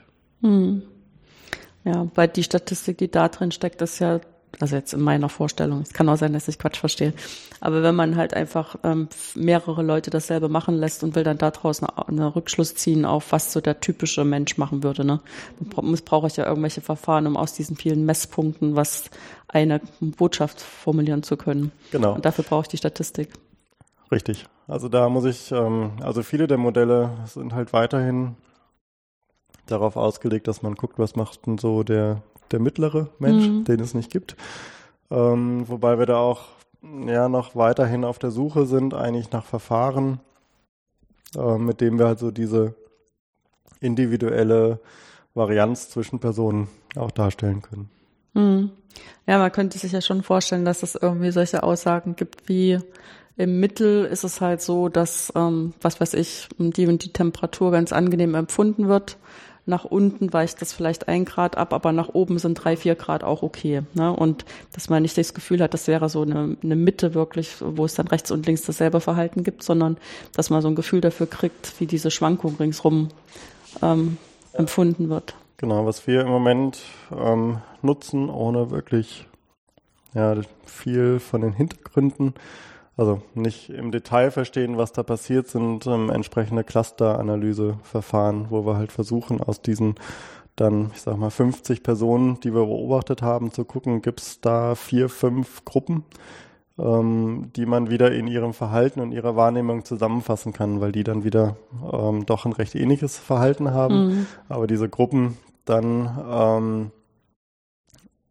Ja, weil die Statistik, die da drin steckt, ist ja, also jetzt in meiner Vorstellung, es kann auch sein, dass ich Quatsch verstehe, aber wenn man halt einfach mehrere Leute dasselbe machen lässt und will dann daraus einen Rückschluss ziehen auf, was so der typische Mensch machen würde, ne? Dann brauche ich ja irgendwelche Verfahren, um aus diesen vielen Messpunkten eine Botschaft formulieren zu können. Genau. Und dafür brauche ich die Statistik. Richtig. Also da muss ich, also viele der Modelle sind halt weiterhin darauf ausgelegt, dass man guckt, was macht denn so der mittlere Mensch, den es nicht gibt. Wobei wir da auch noch weiterhin auf der Suche sind, eigentlich nach Verfahren, mit denen wir halt so diese individuelle Varianz zwischen Personen auch darstellen können. Ja, man könnte sich ja schon vorstellen, dass es irgendwie solche Aussagen gibt wie im Mittel ist es halt so, dass, was weiß ich, die und die Temperatur ganz angenehm empfunden wird. Nach unten weicht das vielleicht 1 Grad ab, aber nach oben sind 3-4 Grad auch okay. Ne? Und dass man nicht das Gefühl hat, das wäre so eine Mitte wirklich, wo es dann rechts und links dasselbe Verhalten gibt, sondern dass man so ein Gefühl dafür kriegt, wie diese Schwankung ringsrum empfunden wird. Genau, was wir im Moment nutzen, ohne wirklich viel von den Hintergründen, also nicht im Detail verstehen, was da passiert, sind entsprechende Cluster-Analyse-Verfahren, wo wir halt versuchen, aus diesen dann, 50 Personen, die wir beobachtet haben, zu gucken, gibt es da 4, 5 Gruppen, die man wieder in ihrem Verhalten und ihrer Wahrnehmung zusammenfassen kann, weil die dann wieder doch ein recht ähnliches Verhalten haben. Aber diese Gruppen dann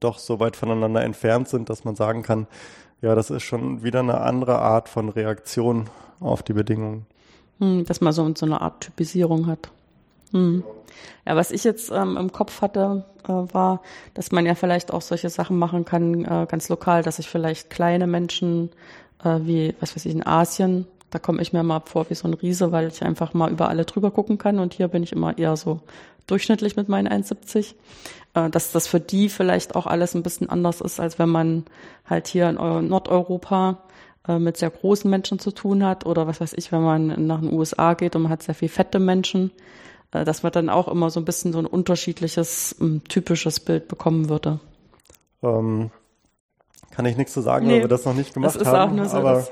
doch so weit voneinander entfernt sind, dass man sagen kann, ja, das ist schon wieder eine andere Art von Reaktion auf die Bedingungen. Dass man so eine Art Typisierung hat. Ja, was ich jetzt im Kopf hatte, war, dass man ja vielleicht auch solche Sachen machen kann, ganz lokal, dass ich vielleicht kleine Menschen wie, was weiß ich, in Asien, da komme ich mir mal vor wie so ein Riese, weil ich einfach mal über alle drüber gucken kann und hier bin ich immer eher so durchschnittlich mit meinen 1,70. Dass das für die vielleicht auch alles ein bisschen anders ist, als wenn man halt hier in Nordeuropa mit sehr großen Menschen zu tun hat oder was weiß ich, wenn man nach den USA geht und man hat sehr viel fette Menschen, dass man dann auch immer so ein bisschen so ein unterschiedliches, typisches Bild bekommen würde. Kann ich nichts zu sagen, weil wir das noch nicht gemacht das ist haben, auch nur so, aber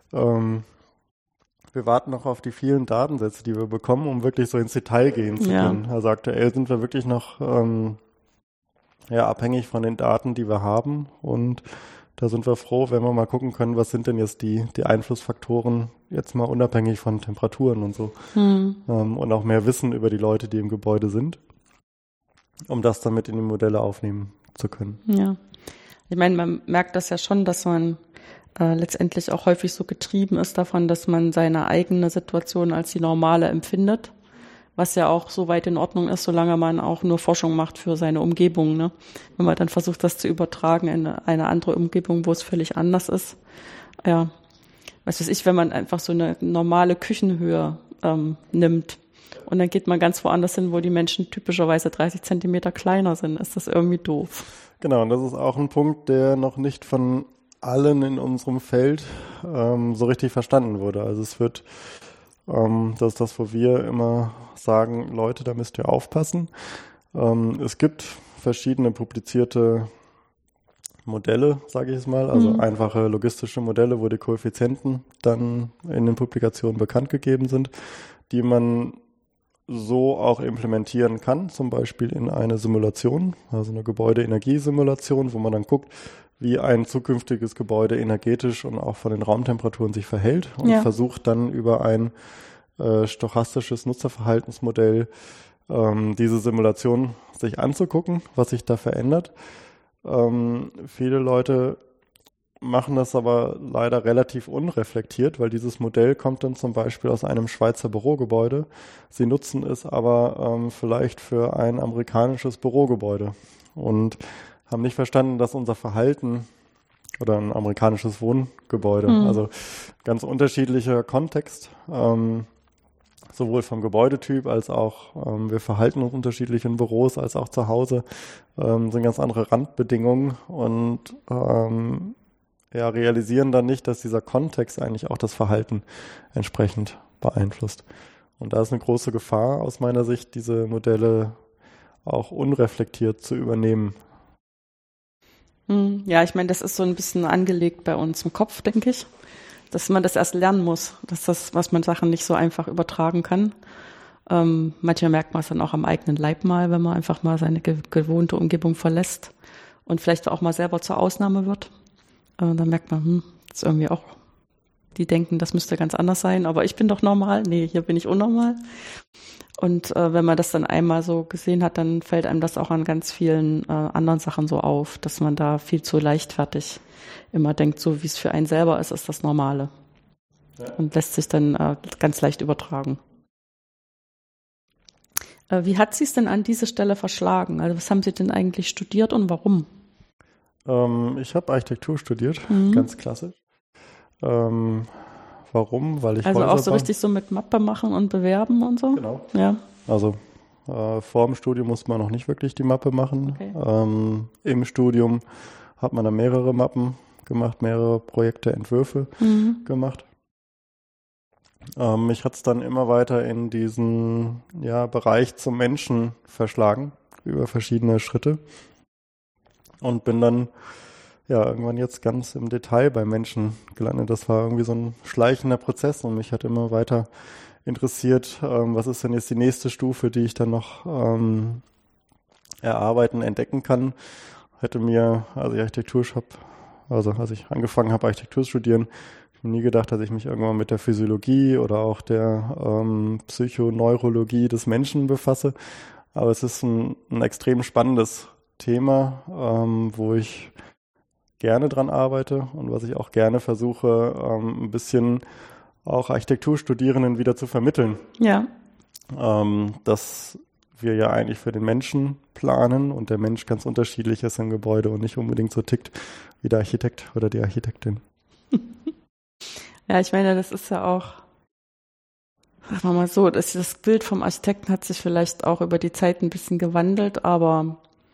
wir warten noch auf die vielen Datensätze, die wir bekommen, um wirklich so ins Detail gehen zu können. Also aktuell sind wir wirklich noch abhängig von den Daten, die wir haben, und da sind wir froh, wenn wir mal gucken können, was sind denn jetzt die Einflussfaktoren, jetzt mal unabhängig von Temperaturen und so. Und auch mehr Wissen über die Leute, die im Gebäude sind, um das dann mit in die Modelle aufnehmen zu können. Ja, ich meine, man merkt das ja schon, dass man letztendlich auch häufig so getrieben ist davon, dass man seine eigene Situation als die normale empfindet, was ja auch so weit in Ordnung ist, solange man auch nur Forschung macht für seine Umgebung, ne? Wenn man dann versucht, das zu übertragen in eine andere Umgebung, wo es völlig anders ist. Ja, was weiß ich, wenn man einfach so eine normale Küchenhöhe nimmt und dann geht man ganz woanders hin, wo die Menschen typischerweise 30 Zentimeter kleiner sind, ist das irgendwie doof. Genau, und das ist auch ein Punkt, der noch nicht von allen in unserem Feld so richtig verstanden wurde. Also es wird, das ist das, wo wir immer sagen, Leute, da müsst ihr aufpassen. Es gibt verschiedene publizierte Modelle, sage ich es mal, also einfache logistische Modelle, wo die Koeffizienten dann in den Publikationen bekannt gegeben sind, die man so auch implementieren kann, zum Beispiel in eine Simulation, also eine Gebäudeenergiesimulation, wo man dann guckt, wie ein zukünftiges Gebäude energetisch und auch von den Raumtemperaturen sich verhält und versucht dann über ein stochastisches Nutzerverhaltensmodell diese Simulation sich anzugucken, was sich da verändert. Viele Leute machen das aber leider relativ unreflektiert, weil dieses Modell kommt dann zum Beispiel aus einem Schweizer Bürogebäude. Sie nutzen es aber vielleicht für ein amerikanisches Bürogebäude und haben nicht verstanden, dass unser Verhalten oder ein amerikanisches Wohngebäude, also ganz unterschiedlicher Kontext, sowohl vom Gebäudetyp als auch wir verhalten uns unterschiedlich in Büros als auch zu Hause, sind ganz andere Randbedingungen und realisieren dann nicht, dass dieser Kontext eigentlich auch das Verhalten entsprechend beeinflusst. Und da ist eine große Gefahr aus meiner Sicht, diese Modelle auch unreflektiert zu übernehmen. Ja, ich meine, das ist so ein bisschen angelegt bei uns im Kopf, denke ich, dass man das erst lernen muss, dass das, was man Sachen nicht so einfach übertragen kann. Manchmal merkt man es dann auch am eigenen Leib mal, wenn man einfach mal seine gewohnte Umgebung verlässt und vielleicht auch mal selber zur Ausnahme wird. Dann merkt man, das ist irgendwie auch, die denken, das müsste ganz anders sein, aber ich bin doch normal. Nee, hier bin ich unnormal. Und wenn man das dann einmal so gesehen hat, dann fällt einem das auch an ganz vielen anderen Sachen so auf, dass man da viel zu leichtfertig immer denkt, so wie es für einen selber ist, ist das Normale. Ja. Und lässt sich dann ganz leicht übertragen. Wie hat sie es denn an diese Stelle verschlagen? Also was haben Sie denn eigentlich studiert und warum? Ich habe Architektur studiert, ganz klassisch. Warum? Weil ich also auch so richtig so mit Mappe machen und bewerben und so? Genau. Ja. Also vor dem Studium muss man noch nicht wirklich die Mappe machen. Okay. Im Studium hat man dann mehrere Mappen gemacht, mehrere Projekte, Entwürfe gemacht. Mich hat es dann immer weiter in diesen Bereich zum Menschen verschlagen, über verschiedene Schritte. Und bin dann irgendwann jetzt ganz im Detail bei Menschen gelandet. Das war irgendwie so ein schleichender Prozess und mich hat immer weiter interessiert, was ist denn jetzt die nächste Stufe, die ich dann noch erarbeiten, entdecken kann. Hätte mir, als ich angefangen habe, Architektur zu studieren, ich habe nie gedacht, dass ich mich irgendwann mit der Physiologie oder auch der Psychoneurologie des Menschen befasse. Aber es ist ein extrem spannendes Thema, wo ich gerne dran arbeite und was ich auch gerne versuche, ein bisschen auch Architekturstudierenden wieder zu vermitteln. Ja. Dass wir ja eigentlich für den Menschen planen und der Mensch ganz unterschiedlich ist im Gebäude und nicht unbedingt so tickt wie der Architekt oder die Architektin. Ja, ich meine, das ist ja auch, sagen wir mal so, das Bild vom Architekten hat sich vielleicht auch über die Zeit ein bisschen gewandelt, aber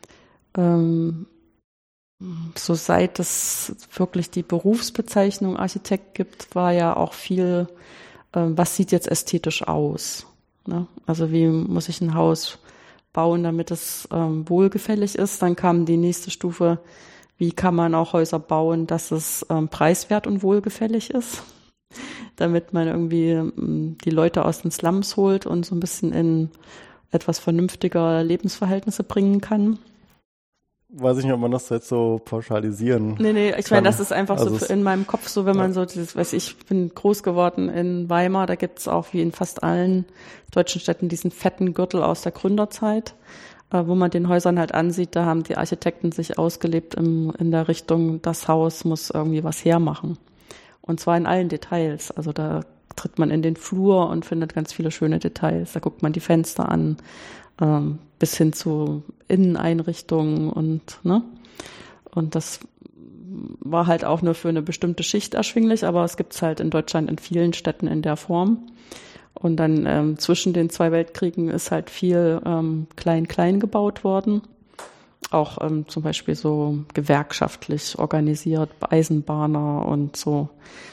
so seit es wirklich die Berufsbezeichnung Architekt gibt, war ja auch viel, was sieht jetzt ästhetisch aus? Ne? Also wie muss ich ein Haus bauen, damit es wohlgefällig ist? Dann kam die nächste Stufe, wie kann man auch Häuser bauen, dass es preiswert und wohlgefällig ist, damit man irgendwie die Leute aus den Slums holt und so ein bisschen in etwas vernünftiger Lebensverhältnisse bringen kann. Weiß ich nicht, ob man das jetzt so pauschalisieren Nee, ich meine, das ist einfach also so in meinem Kopf so, wenn man so dieses, ich bin groß geworden in Weimar, da gibt's auch wie in fast allen deutschen Städten diesen fetten Gürtel aus der Gründerzeit, wo man den Häusern halt ansieht, da haben die Architekten sich ausgelebt in der Richtung, das Haus muss irgendwie was hermachen. Und zwar in allen Details. Also da tritt man in den Flur und findet ganz viele schöne Details. Da guckt man die Fenster an, bis hin zu Inneneinrichtungen und das war halt auch nur für eine bestimmte Schicht erschwinglich, aber es gibt's halt in Deutschland in vielen Städten in der Form. Und dann zwischen den 2 Weltkriegen ist halt viel klein gebaut worden. Auch zum Beispiel so gewerkschaftlich organisiert, Eisenbahner und so.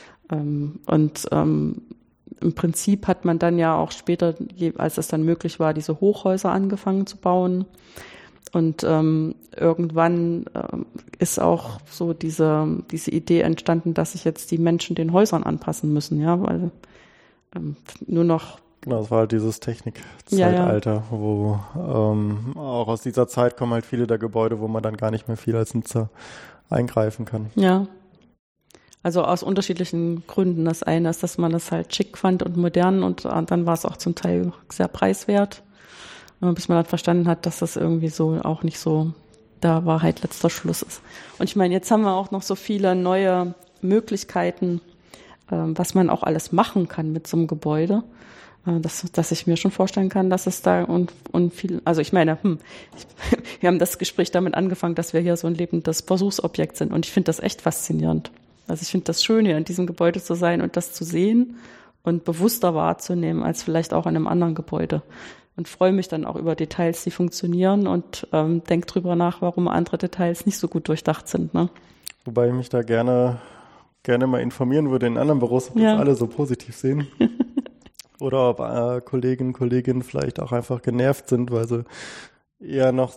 Im Prinzip hat man dann ja auch später, als es dann möglich war, diese Hochhäuser angefangen zu bauen. Und irgendwann ist auch so diese Idee entstanden, dass sich jetzt die Menschen den Häusern anpassen müssen, ja, weil nur noch. Genau, es war halt dieses Technikzeitalter, wo auch aus dieser Zeit kommen halt viele der Gebäude, wo man dann gar nicht mehr viel als Nutzer eingreifen kann. Ja. Also aus unterschiedlichen Gründen. Das eine ist, dass man es halt schick fand und modern und dann war es auch zum Teil sehr preiswert, bis man dann verstanden hat, dass das irgendwie so auch nicht so der Wahrheit letzter Schluss ist. Und ich meine, jetzt haben wir auch noch so viele neue Möglichkeiten, was man auch alles machen kann mit so einem Gebäude, dass ich mir schon vorstellen kann, dass es da und viel, also ich meine, wir haben das Gespräch damit angefangen, dass wir hier so ein lebendes Versuchsobjekt sind und ich finde das echt faszinierend. Also ich finde das schön, hier in diesem Gebäude zu sein und das zu sehen und bewusster wahrzunehmen als vielleicht auch in einem anderen Gebäude. Und freue mich dann auch über Details, die funktionieren und denke drüber nach, warum andere Details nicht so gut durchdacht sind. Ne? Wobei ich mich da gerne mal informieren würde in anderen Büros, ob das alle so positiv sehen. Oder ob Kolleginnen vielleicht auch einfach genervt sind, weil sie eher noch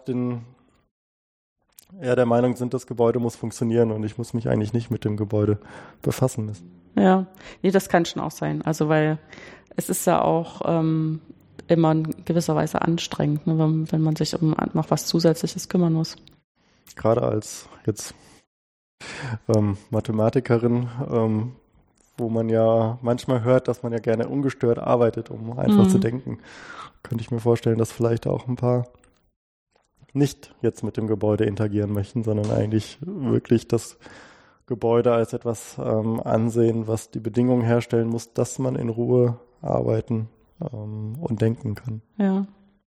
der Meinung sind, das Gebäude muss funktionieren und ich muss mich eigentlich nicht mit dem Gebäude befassen müssen. Ja, nee, das kann schon auch sein. Also weil es ist ja auch immer in gewisser Weise anstrengend, ne, wenn man sich um noch was Zusätzliches kümmern muss. Gerade als jetzt Mathematikerin, wo man ja manchmal hört, dass man ja gerne ungestört arbeitet, um einfach zu denken, könnte ich mir vorstellen, dass vielleicht auch ein paar nicht jetzt mit dem Gebäude interagieren möchten, sondern eigentlich wirklich das Gebäude als etwas ansehen, was die Bedingungen herstellen muss, dass man in Ruhe arbeiten und denken kann. Ja.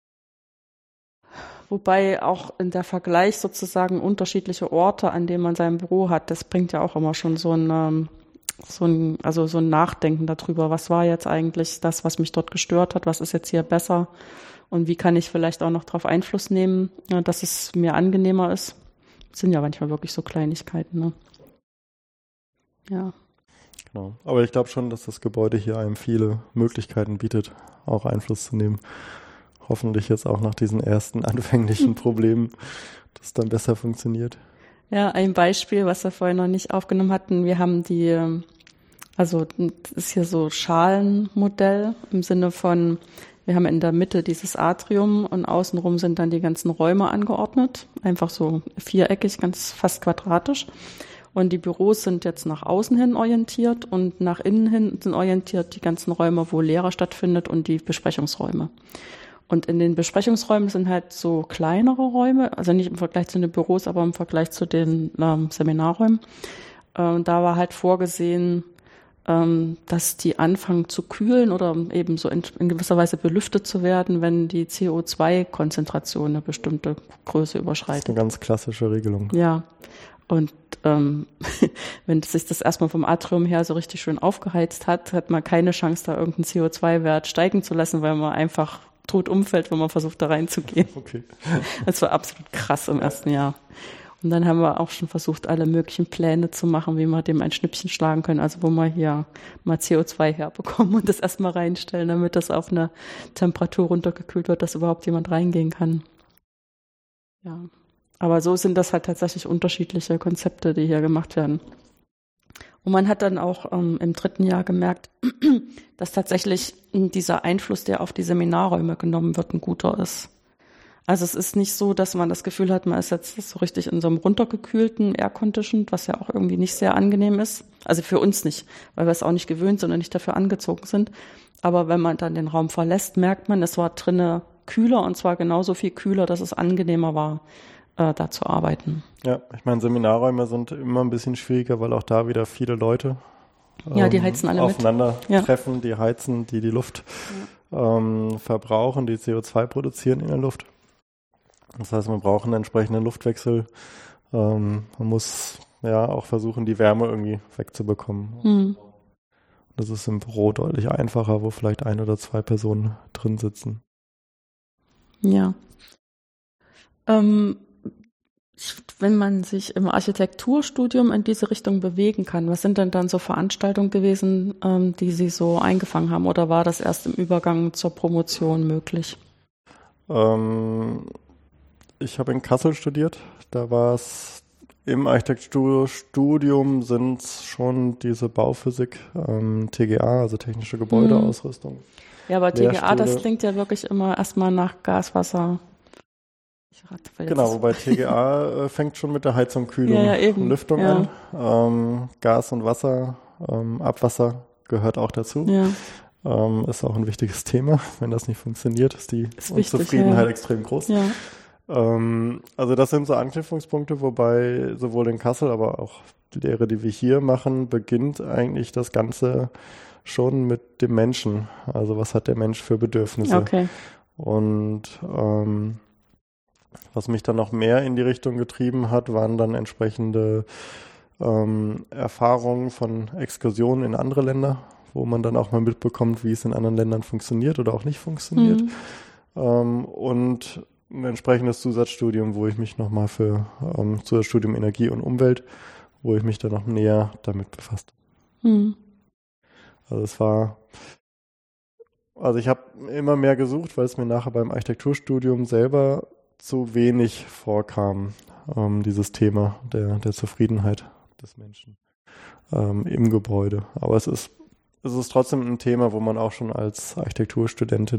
Wobei auch in der Vergleich sozusagen unterschiedliche Orte, an denen man sein Büro hat, das bringt ja auch immer schon so ein Nachdenken darüber, was war jetzt eigentlich das, was mich dort gestört hat, was ist jetzt hier besser und wie kann ich vielleicht auch noch darauf Einfluss nehmen, dass es mir angenehmer ist. Das sind ja manchmal wirklich so Kleinigkeiten, ne? Ja. Genau. Aber ich glaube schon, dass das Gebäude hier einem viele Möglichkeiten bietet, auch Einfluss zu nehmen. Hoffentlich jetzt auch nach diesen ersten anfänglichen Problemen, dass es dann besser funktioniert. Ja, ein Beispiel, was wir vorhin noch nicht aufgenommen hatten. Wir haben das ist hier so Schalenmodell im Sinne von, wir haben in der Mitte dieses Atrium und außenrum sind dann die ganzen Räume angeordnet. Einfach so viereckig, ganz fast quadratisch. Und die Büros sind jetzt nach außen hin orientiert und nach innen hin sind orientiert die ganzen Räume, wo Lehre stattfindet und die Besprechungsräume. Und in den Besprechungsräumen sind halt so kleinere Räume, also nicht im Vergleich zu den Büros, aber im Vergleich zu den Seminarräumen. Da war halt vorgesehen, dass die anfangen zu kühlen oder eben so in gewisser Weise belüftet zu werden, wenn die CO2-Konzentration eine bestimmte Größe überschreitet. Das ist eine ganz klassische Regelung. Ja, und wenn sich das erstmal vom Atrium her so richtig schön aufgeheizt hat, hat man keine Chance, da irgendeinen CO2-Wert steigen zu lassen, weil man einfach tot umfällt, wenn man versucht, da reinzugehen. Okay. Das war absolut krass im ersten Jahr. Und dann haben wir auch schon versucht, alle möglichen Pläne zu machen, wie wir dem ein Schnippchen schlagen können. Also wo wir hier mal CO2 herbekommen und das erstmal reinstellen, damit das auf eine Temperatur runtergekühlt wird, dass überhaupt jemand reingehen kann. Ja, aber so sind das halt tatsächlich unterschiedliche Konzepte, die hier gemacht werden. Und man hat dann auch im 3. Jahr gemerkt, dass tatsächlich dieser Einfluss, der auf die Seminarräume genommen wird, ein guter ist. Also es ist nicht so, dass man das Gefühl hat, man ist jetzt so richtig in so einem runtergekühlten Air-Conditioned, was ja auch irgendwie nicht sehr angenehm ist. Also für uns nicht, weil wir es auch nicht gewöhnt sind und nicht dafür angezogen sind. Aber wenn man dann den Raum verlässt, merkt man, es war drinnen kühler und zwar genauso viel kühler, dass es angenehmer war, da zu arbeiten. Ja, ich meine, Seminarräume sind immer ein bisschen schwieriger, weil auch da wieder viele Leute die heizen alle aufeinander treffen, die heizen, die Luft verbrauchen, die CO2 produzieren in der Luft. Das heißt, man braucht einen entsprechenden Luftwechsel. Man muss ja auch versuchen, die Wärme irgendwie wegzubekommen. Das ist im Büro deutlich einfacher, wo vielleicht 1 oder 2 Personen drin sitzen. Ja. Wenn man sich im Architekturstudium in diese Richtung bewegen kann, was sind denn dann so Veranstaltungen gewesen, die Sie so eingefangen haben? Oder war das erst im Übergang zur Promotion möglich? Ich habe in Kassel studiert. Da war es im Architekturstudium sind schon diese Bauphysik, TGA, also technische Gebäudeausrüstung. Ja, aber TGA, das klingt ja wirklich immer erstmal nach Gas, Wasser. Genau, wobei TGA fängt schon mit der Heizung, Kühlung und Lüftung an. Gas und Wasser, Abwasser gehört auch dazu. Ja. Ist auch ein wichtiges Thema. Wenn das nicht funktioniert, ist die Unzufriedenheit extrem groß. Ja. Also das sind so Anknüpfungspunkte, wobei sowohl in Kassel, aber auch die Lehre, die wir hier machen, beginnt eigentlich das Ganze schon mit dem Menschen. Also was hat der Mensch für Bedürfnisse? Okay. Und was mich dann noch mehr in die Richtung getrieben hat, waren dann entsprechende Erfahrungen von Exkursionen in andere Länder, wo man dann auch mal mitbekommt, wie es in anderen Ländern funktioniert oder auch nicht funktioniert. Und ein entsprechendes Zusatzstudium, wo ich mich nochmal für Zusatzstudium Energie und Umwelt, wo ich mich dann noch näher damit befasste. Also ich habe immer mehr gesucht, weil es mir nachher beim Architekturstudium selber zu wenig vorkam, dieses Thema der Zufriedenheit des Menschen im Gebäude. Aber es ist trotzdem ein Thema, wo man auch schon als Architekturstudent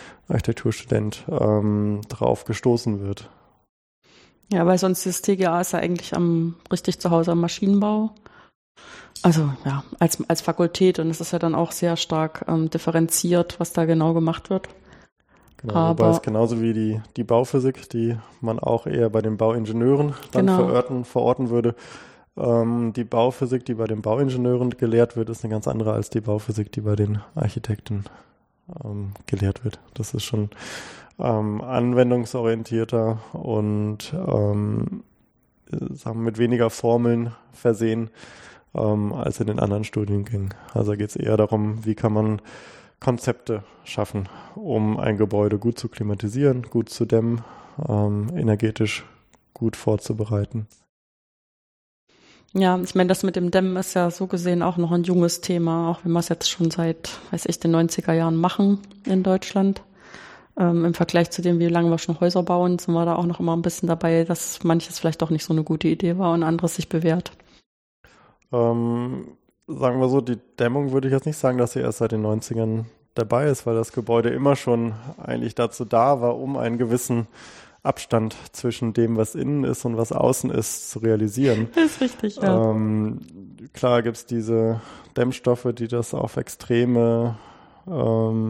drauf gestoßen wird. Ja, weil sonst das TGA ist ja eigentlich richtig zu Hause am Maschinenbau. Also ja, als Fakultät, und es ist ja dann auch sehr stark differenziert, was da genau gemacht wird. Genau, wobei es genauso wie die Bauphysik, die man auch eher bei den Bauingenieuren dann verorten würde. Die Bauphysik, die bei den Bauingenieuren gelehrt wird, ist eine ganz andere als die Bauphysik, die bei den Architekten gelehrt wird. Das ist schon anwendungsorientierter und sagen wir, mit weniger Formeln versehen als in den anderen Studiengängen. Also geht es eher darum, wie kann man Konzepte schaffen, um ein Gebäude gut zu klimatisieren, gut zu dämmen, energetisch gut vorzubereiten. Ja, ich meine, das mit dem Dämmen ist ja so gesehen auch noch ein junges Thema, auch wenn wir es jetzt schon seit, den 90er Jahren machen in Deutschland. Im Vergleich zu dem, wie lange wir schon Häuser bauen, sind wir da auch noch immer ein bisschen dabei, dass manches vielleicht doch nicht so eine gute Idee war und anderes sich bewährt. Sagen wir so, die Dämmung würde ich jetzt nicht sagen, dass sie erst seit den 90ern dabei ist, weil das Gebäude immer schon eigentlich dazu da war, um einen gewissen Abstand zwischen dem, was innen ist und was außen ist, zu realisieren. Das ist richtig, ja. Klar gibt es diese Dämmstoffe, die das auf extreme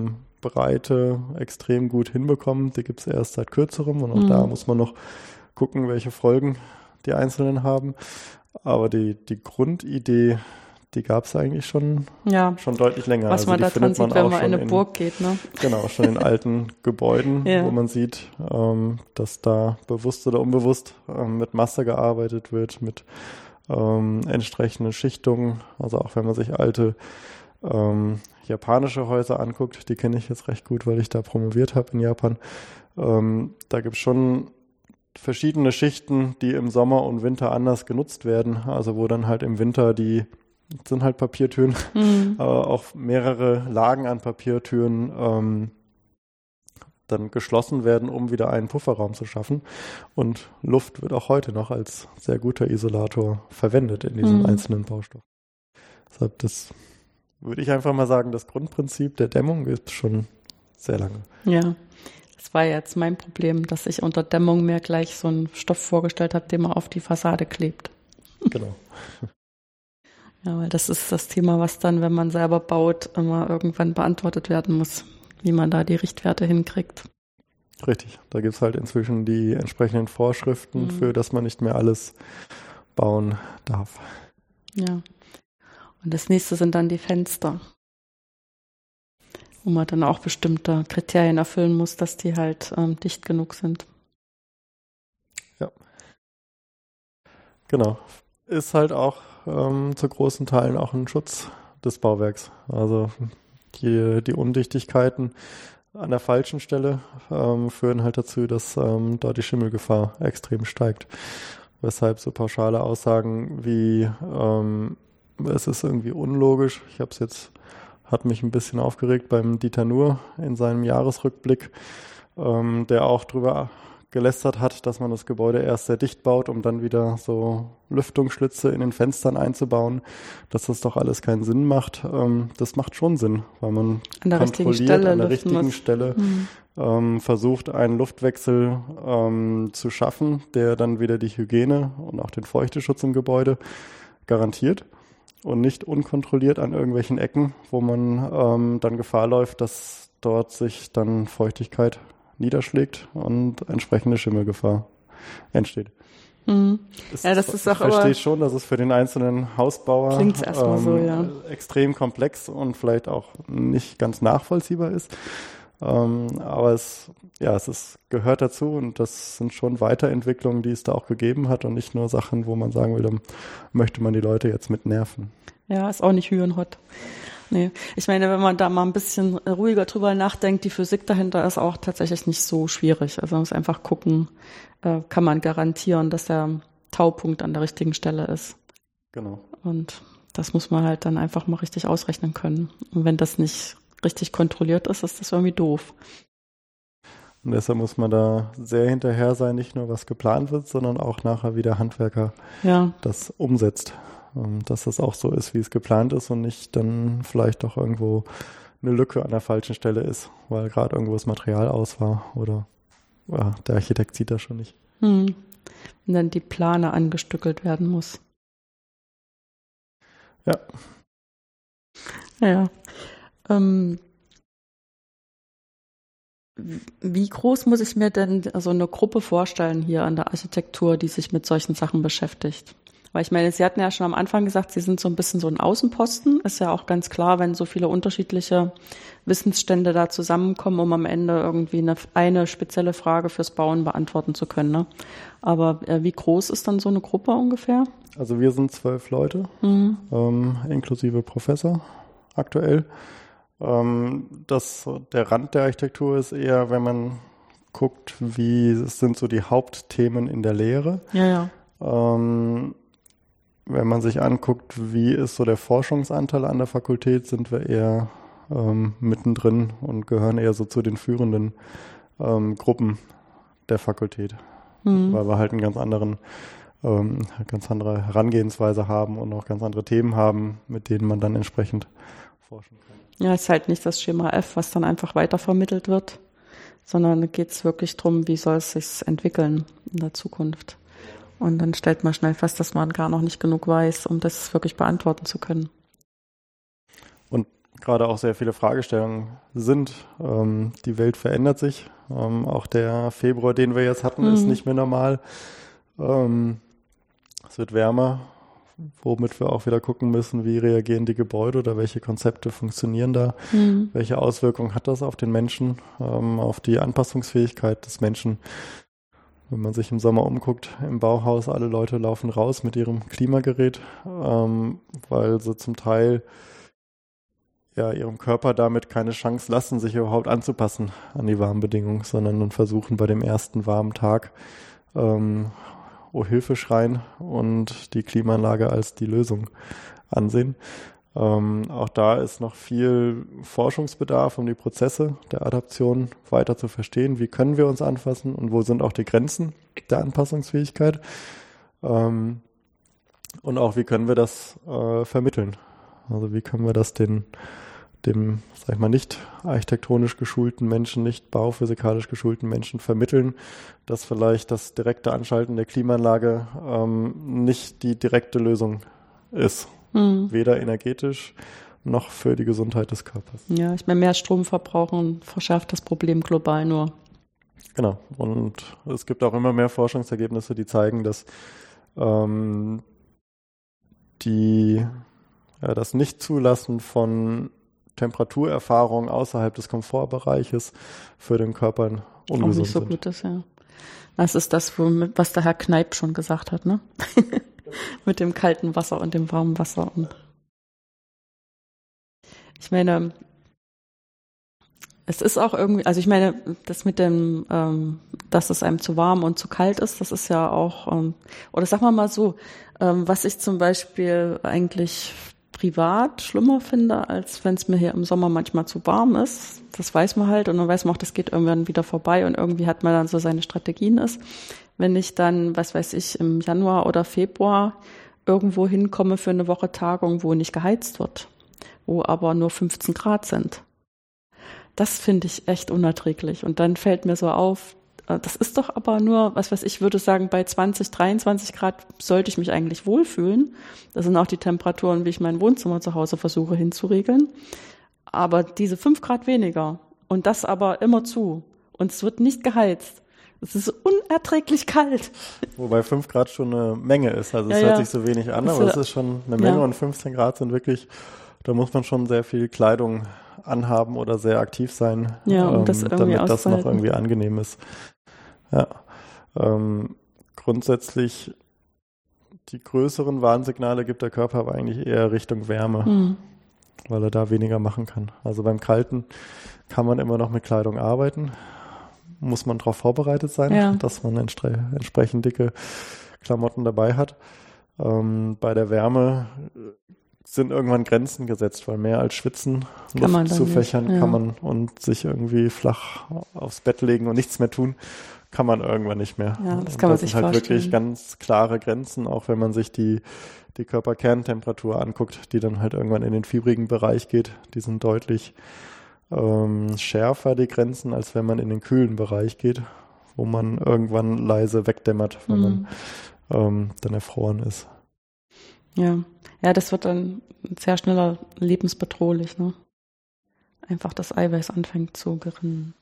Breite extrem gut hinbekommen. Die gibt es erst seit kürzerem und auch da muss man noch gucken, welche Folgen die einzelnen haben. Aber die Grundidee, die gab es eigentlich schon deutlich länger. Was man da dran sieht, wenn man in eine Burg geht, ne? Genau, schon in alten Gebäuden, wo man sieht, dass da bewusst oder unbewusst mit Masse gearbeitet wird, mit entsprechenden Schichtungen. Also auch wenn man sich alte japanische Häuser anguckt, die kenne ich jetzt recht gut, weil ich da promoviert habe in Japan. Da gibt es schon verschiedene Schichten, die im Sommer und Winter anders genutzt werden. Also wo dann halt im Winter sind halt Papiertüren, aber auch mehrere Lagen an Papiertüren dann geschlossen werden, um wieder einen Pufferraum zu schaffen. Und Luft wird auch heute noch als sehr guter Isolator verwendet in diesen einzelnen Baustoffen. Deshalb würde ich einfach mal sagen, das Grundprinzip der Dämmung ist schon sehr lange. Ja, das war jetzt mein Problem, dass ich unter Dämmung mir gleich so einen Stoff vorgestellt habe, den man auf die Fassade klebt. Genau. Ja, weil das ist das Thema, was dann, wenn man selber baut, immer irgendwann beantwortet werden muss, wie man da die Richtwerte hinkriegt. Richtig, da gibt es halt inzwischen die entsprechenden Vorschriften für, dass man nicht mehr alles bauen darf. Ja. Und das nächste sind dann die Fenster, wo man dann auch bestimmte Kriterien erfüllen muss, dass die halt dicht genug sind. Ja. Genau. Ist halt auch zu großen Teilen auch ein Schutz des Bauwerks. Also die Undichtigkeiten an der falschen Stelle führen halt dazu, dass dort die Schimmelgefahr extrem steigt. Weshalb so pauschale Aussagen wie es ist irgendwie unlogisch. Hat mich ein bisschen aufgeregt beim Dieter Nuhr in seinem Jahresrückblick, der auch drüber gelästert hat, dass man das Gebäude erst sehr dicht baut, um dann wieder so Lüftungsschlitze in den Fenstern einzubauen, dass das doch alles keinen Sinn macht. Das macht schon Sinn, weil man an der richtigen Stelle versucht, einen Luftwechsel zu schaffen, der dann wieder die Hygiene und auch den Feuchteschutz im Gebäude garantiert und nicht unkontrolliert an irgendwelchen Ecken, wo man dann Gefahr läuft, dass dort sich dann Feuchtigkeit niederschlägt und entsprechende Schimmelgefahr entsteht. Ja, das ist auch ich verstehe schon, dass es für den einzelnen Hausbauer extrem komplex und vielleicht auch nicht ganz nachvollziehbar ist. Aber es gehört dazu und das sind schon Weiterentwicklungen, die es da auch gegeben hat und nicht nur Sachen, wo man sagen will, dann möchte man die Leute jetzt mit nerven. Ja, ist auch nicht Hü und Hott. Nee, ich meine, wenn man da mal ein bisschen ruhiger drüber nachdenkt, die Physik dahinter ist auch tatsächlich nicht so schwierig. Also man muss einfach gucken, kann man garantieren, dass der Taupunkt an der richtigen Stelle ist. Genau. Und das muss man halt dann einfach mal richtig ausrechnen können. Und wenn das nicht richtig kontrolliert ist, ist das irgendwie doof. Und deshalb muss man da sehr hinterher sein, nicht nur was geplant wird, sondern auch nachher wie der Handwerker das umsetzt. Dass das auch so ist, wie es geplant ist und nicht dann vielleicht doch irgendwo eine Lücke an der falschen Stelle ist, weil gerade irgendwo das Material aus war oder der Architekt sieht das schon nicht. Und dann die Plane angestückelt werden muss. Ja. Ja. Wie groß muss ich mir denn so eine Gruppe vorstellen hier an der Architektur, die sich mit solchen Sachen beschäftigt? Weil ich meine, Sie hatten ja schon am Anfang gesagt, Sie sind so ein bisschen so ein Außenposten. Ist ja auch ganz klar, wenn so viele unterschiedliche Wissensstände da zusammenkommen, um am Ende irgendwie eine spezielle Frage fürs Bauen beantworten zu können. Ne? Aber wie groß ist dann so eine Gruppe ungefähr? Also wir sind 12 Leute, inklusive Professor aktuell. Der Rand der Architektur ist eher, wenn man guckt, wie sind so die Hauptthemen in der Lehre. Ja. Wenn man sich anguckt, wie ist so der Forschungsanteil an der Fakultät, sind wir eher mittendrin und gehören eher so zu den führenden Gruppen der Fakultät, weil wir halt einen ganz andere Herangehensweise haben und auch ganz andere Themen haben, mit denen man dann entsprechend forschen kann. Ja, ist halt nicht das Schema F, was dann einfach weitervermittelt wird, sondern geht es wirklich darum, wie soll es sich entwickeln in der Zukunft. Und dann stellt man schnell fest, dass man gar noch nicht genug weiß, um das wirklich beantworten zu können. Und gerade auch sehr viele Fragestellungen sind. Die Welt verändert sich. Auch der Februar, den wir jetzt hatten, ist nicht mehr normal. Es wird wärmer, womit wir auch wieder gucken müssen, wie reagieren die Gebäude oder welche Konzepte funktionieren da. Welche Auswirkungen hat das auf den Menschen, auf die Anpassungsfähigkeit des Menschen. Wenn man sich im Sommer umguckt, im Bauhaus, alle Leute laufen raus mit ihrem Klimagerät, weil sie zum Teil ihrem Körper damit keine Chance lassen, sich überhaupt anzupassen an die Warmbedingungen, sondern dann versuchen bei dem ersten warmen Tag Hilfe schreien und die Klimaanlage als die Lösung ansehen. Auch da ist noch viel Forschungsbedarf, um die Prozesse der Adaption weiter zu verstehen. Wie können wir uns anpassen und wo sind auch die Grenzen der Anpassungsfähigkeit? Und auch, wie können wir das vermitteln? Also wie können wir das dem, sag ich mal, nicht architektonisch geschulten Menschen, nicht bauphysikalisch geschulten Menschen vermitteln, dass vielleicht das direkte Anschalten der Klimaanlage nicht die direkte Lösung ist. Weder energetisch noch für die Gesundheit des Körpers. Ja, ich meine, mehr Strom verbrauchen verschärft das Problem global nur. Genau. Und es gibt auch immer mehr Forschungsergebnisse, die zeigen, dass das Nichtzulassen von Temperaturerfahrungen außerhalb des Komfortbereiches für den Körper ungesund auch nicht so sind. Gut ist, ja. Das ist das, was der Herr Kneip schon gesagt hat, ne? Mit dem kalten Wasser und dem warmen Wasser. Ich meine, es ist auch irgendwie, also ich meine, das mit dem, dass es einem zu warm und zu kalt ist, das ist ja auch, oder sagen wir mal so, was ich zum Beispiel eigentlich privat schlimmer finde, als wenn es mir hier im Sommer manchmal zu warm ist. Das weiß man halt und dann weiß man auch, das geht irgendwann wieder vorbei und irgendwie hat man dann so seine Strategien ist. Wenn ich dann, was weiß ich, im Januar oder Februar irgendwo hinkomme für eine Woche Tagung, wo nicht geheizt wird, wo aber nur 15 Grad sind. Das finde ich echt unerträglich. Und dann fällt mir so auf, das ist doch aber nur, was weiß ich, würde sagen, bei 20, 23 Grad sollte ich mich eigentlich wohlfühlen. Das sind auch die Temperaturen, wie ich mein Wohnzimmer zu Hause versuche hinzuregeln. Aber diese 5 Grad weniger und das aber immer zu und es wird nicht geheizt. Es ist unerträglich kalt. Wobei 5 Grad schon eine Menge ist. Also es hört sich so wenig an, aber es ist schon eine Menge und 15 Grad sind wirklich, da muss man schon sehr viel Kleidung anhaben oder sehr aktiv sein, um das damit das noch irgendwie angenehm ist. Ja. Grundsätzlich die größeren Warnsignale gibt der Körper aber eigentlich eher Richtung Wärme, weil er da weniger machen kann. Also beim Kalten kann man immer noch mit Kleidung arbeiten. Muss man darauf vorbereitet sein, dass man entsprechend dicke Klamotten dabei hat. Bei der Wärme sind irgendwann Grenzen gesetzt, weil mehr als schwitzen, Luft zufächern kann man und sich irgendwie flach aufs Bett legen und nichts mehr tun, kann man irgendwann nicht mehr. Ja, das kann man sich vorstellen. Das sind halt wirklich ganz klare Grenzen, auch wenn man sich die Körperkerntemperatur anguckt, die dann halt irgendwann in den fiebrigen Bereich geht. Die sind deutlich schärfer, die Grenzen, als wenn man in den kühlen Bereich geht, wo man irgendwann leise wegdämmert, wenn man dann erfroren ist. Ja, das wird dann sehr schneller lebensbedrohlich, ne? Einfach das Eiweiß anfängt zu gerinnen.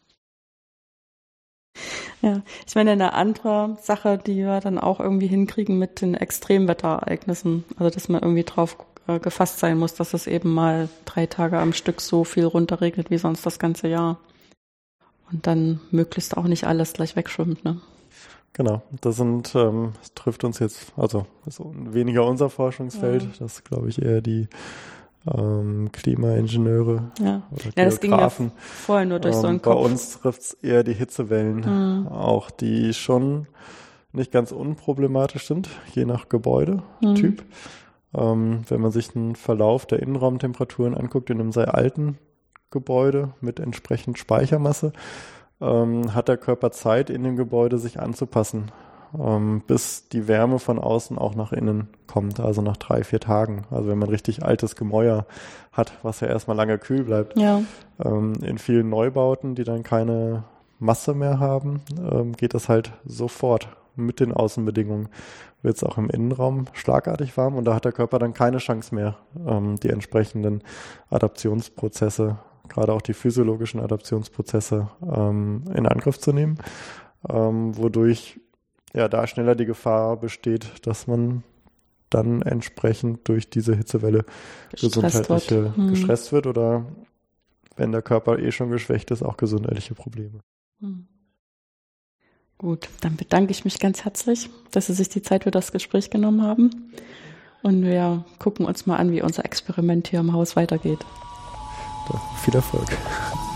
Ja, ich meine, eine andere Sache, die wir dann auch irgendwie hinkriegen mit den Extremwetterereignissen, also dass man irgendwie drauf gefasst sein muss, dass es eben mal 3 Tage am Stück so viel runterregnet wie sonst das ganze Jahr. Und dann möglichst auch nicht alles gleich wegschwimmt, ne? Genau, das trifft uns jetzt, also ist weniger unser Forschungsfeld, das ist, glaube ich, eher die Klimaingenieure oder Geografen. Das ging ja vorher nur durch so einen Kopf. Bei uns trifft es eher die Hitzewellen, auch die schon nicht ganz unproblematisch sind, je nach Gebäudetyp. Wenn man sich den Verlauf der Innenraumtemperaturen anguckt in einem sehr alten Gebäude mit entsprechend Speichermasse, hat der Körper Zeit, in dem Gebäude sich anzupassen, bis die Wärme von außen auch nach innen kommt, also nach 3-4 Tagen. Also wenn man richtig altes Gemäuer hat, was ja erstmal lange kühl bleibt. Ja. In vielen Neubauten, die dann keine Masse mehr haben, geht das halt sofort, mit den Außenbedingungen wird es auch im Innenraum schlagartig warm und da hat der Körper dann keine Chance mehr, die entsprechenden Adaptionsprozesse, gerade auch die physiologischen Adaptionsprozesse in Angriff zu nehmen, wodurch ja da schneller die Gefahr besteht, dass man dann entsprechend durch diese Hitzewelle gestresst wird oder wenn der Körper schon geschwächt ist, auch gesundheitliche Probleme. Gut, dann bedanke ich mich ganz herzlich, dass Sie sich die Zeit für das Gespräch genommen haben. Und wir gucken uns mal an, wie unser Experiment hier im Haus weitergeht. Viel Erfolg.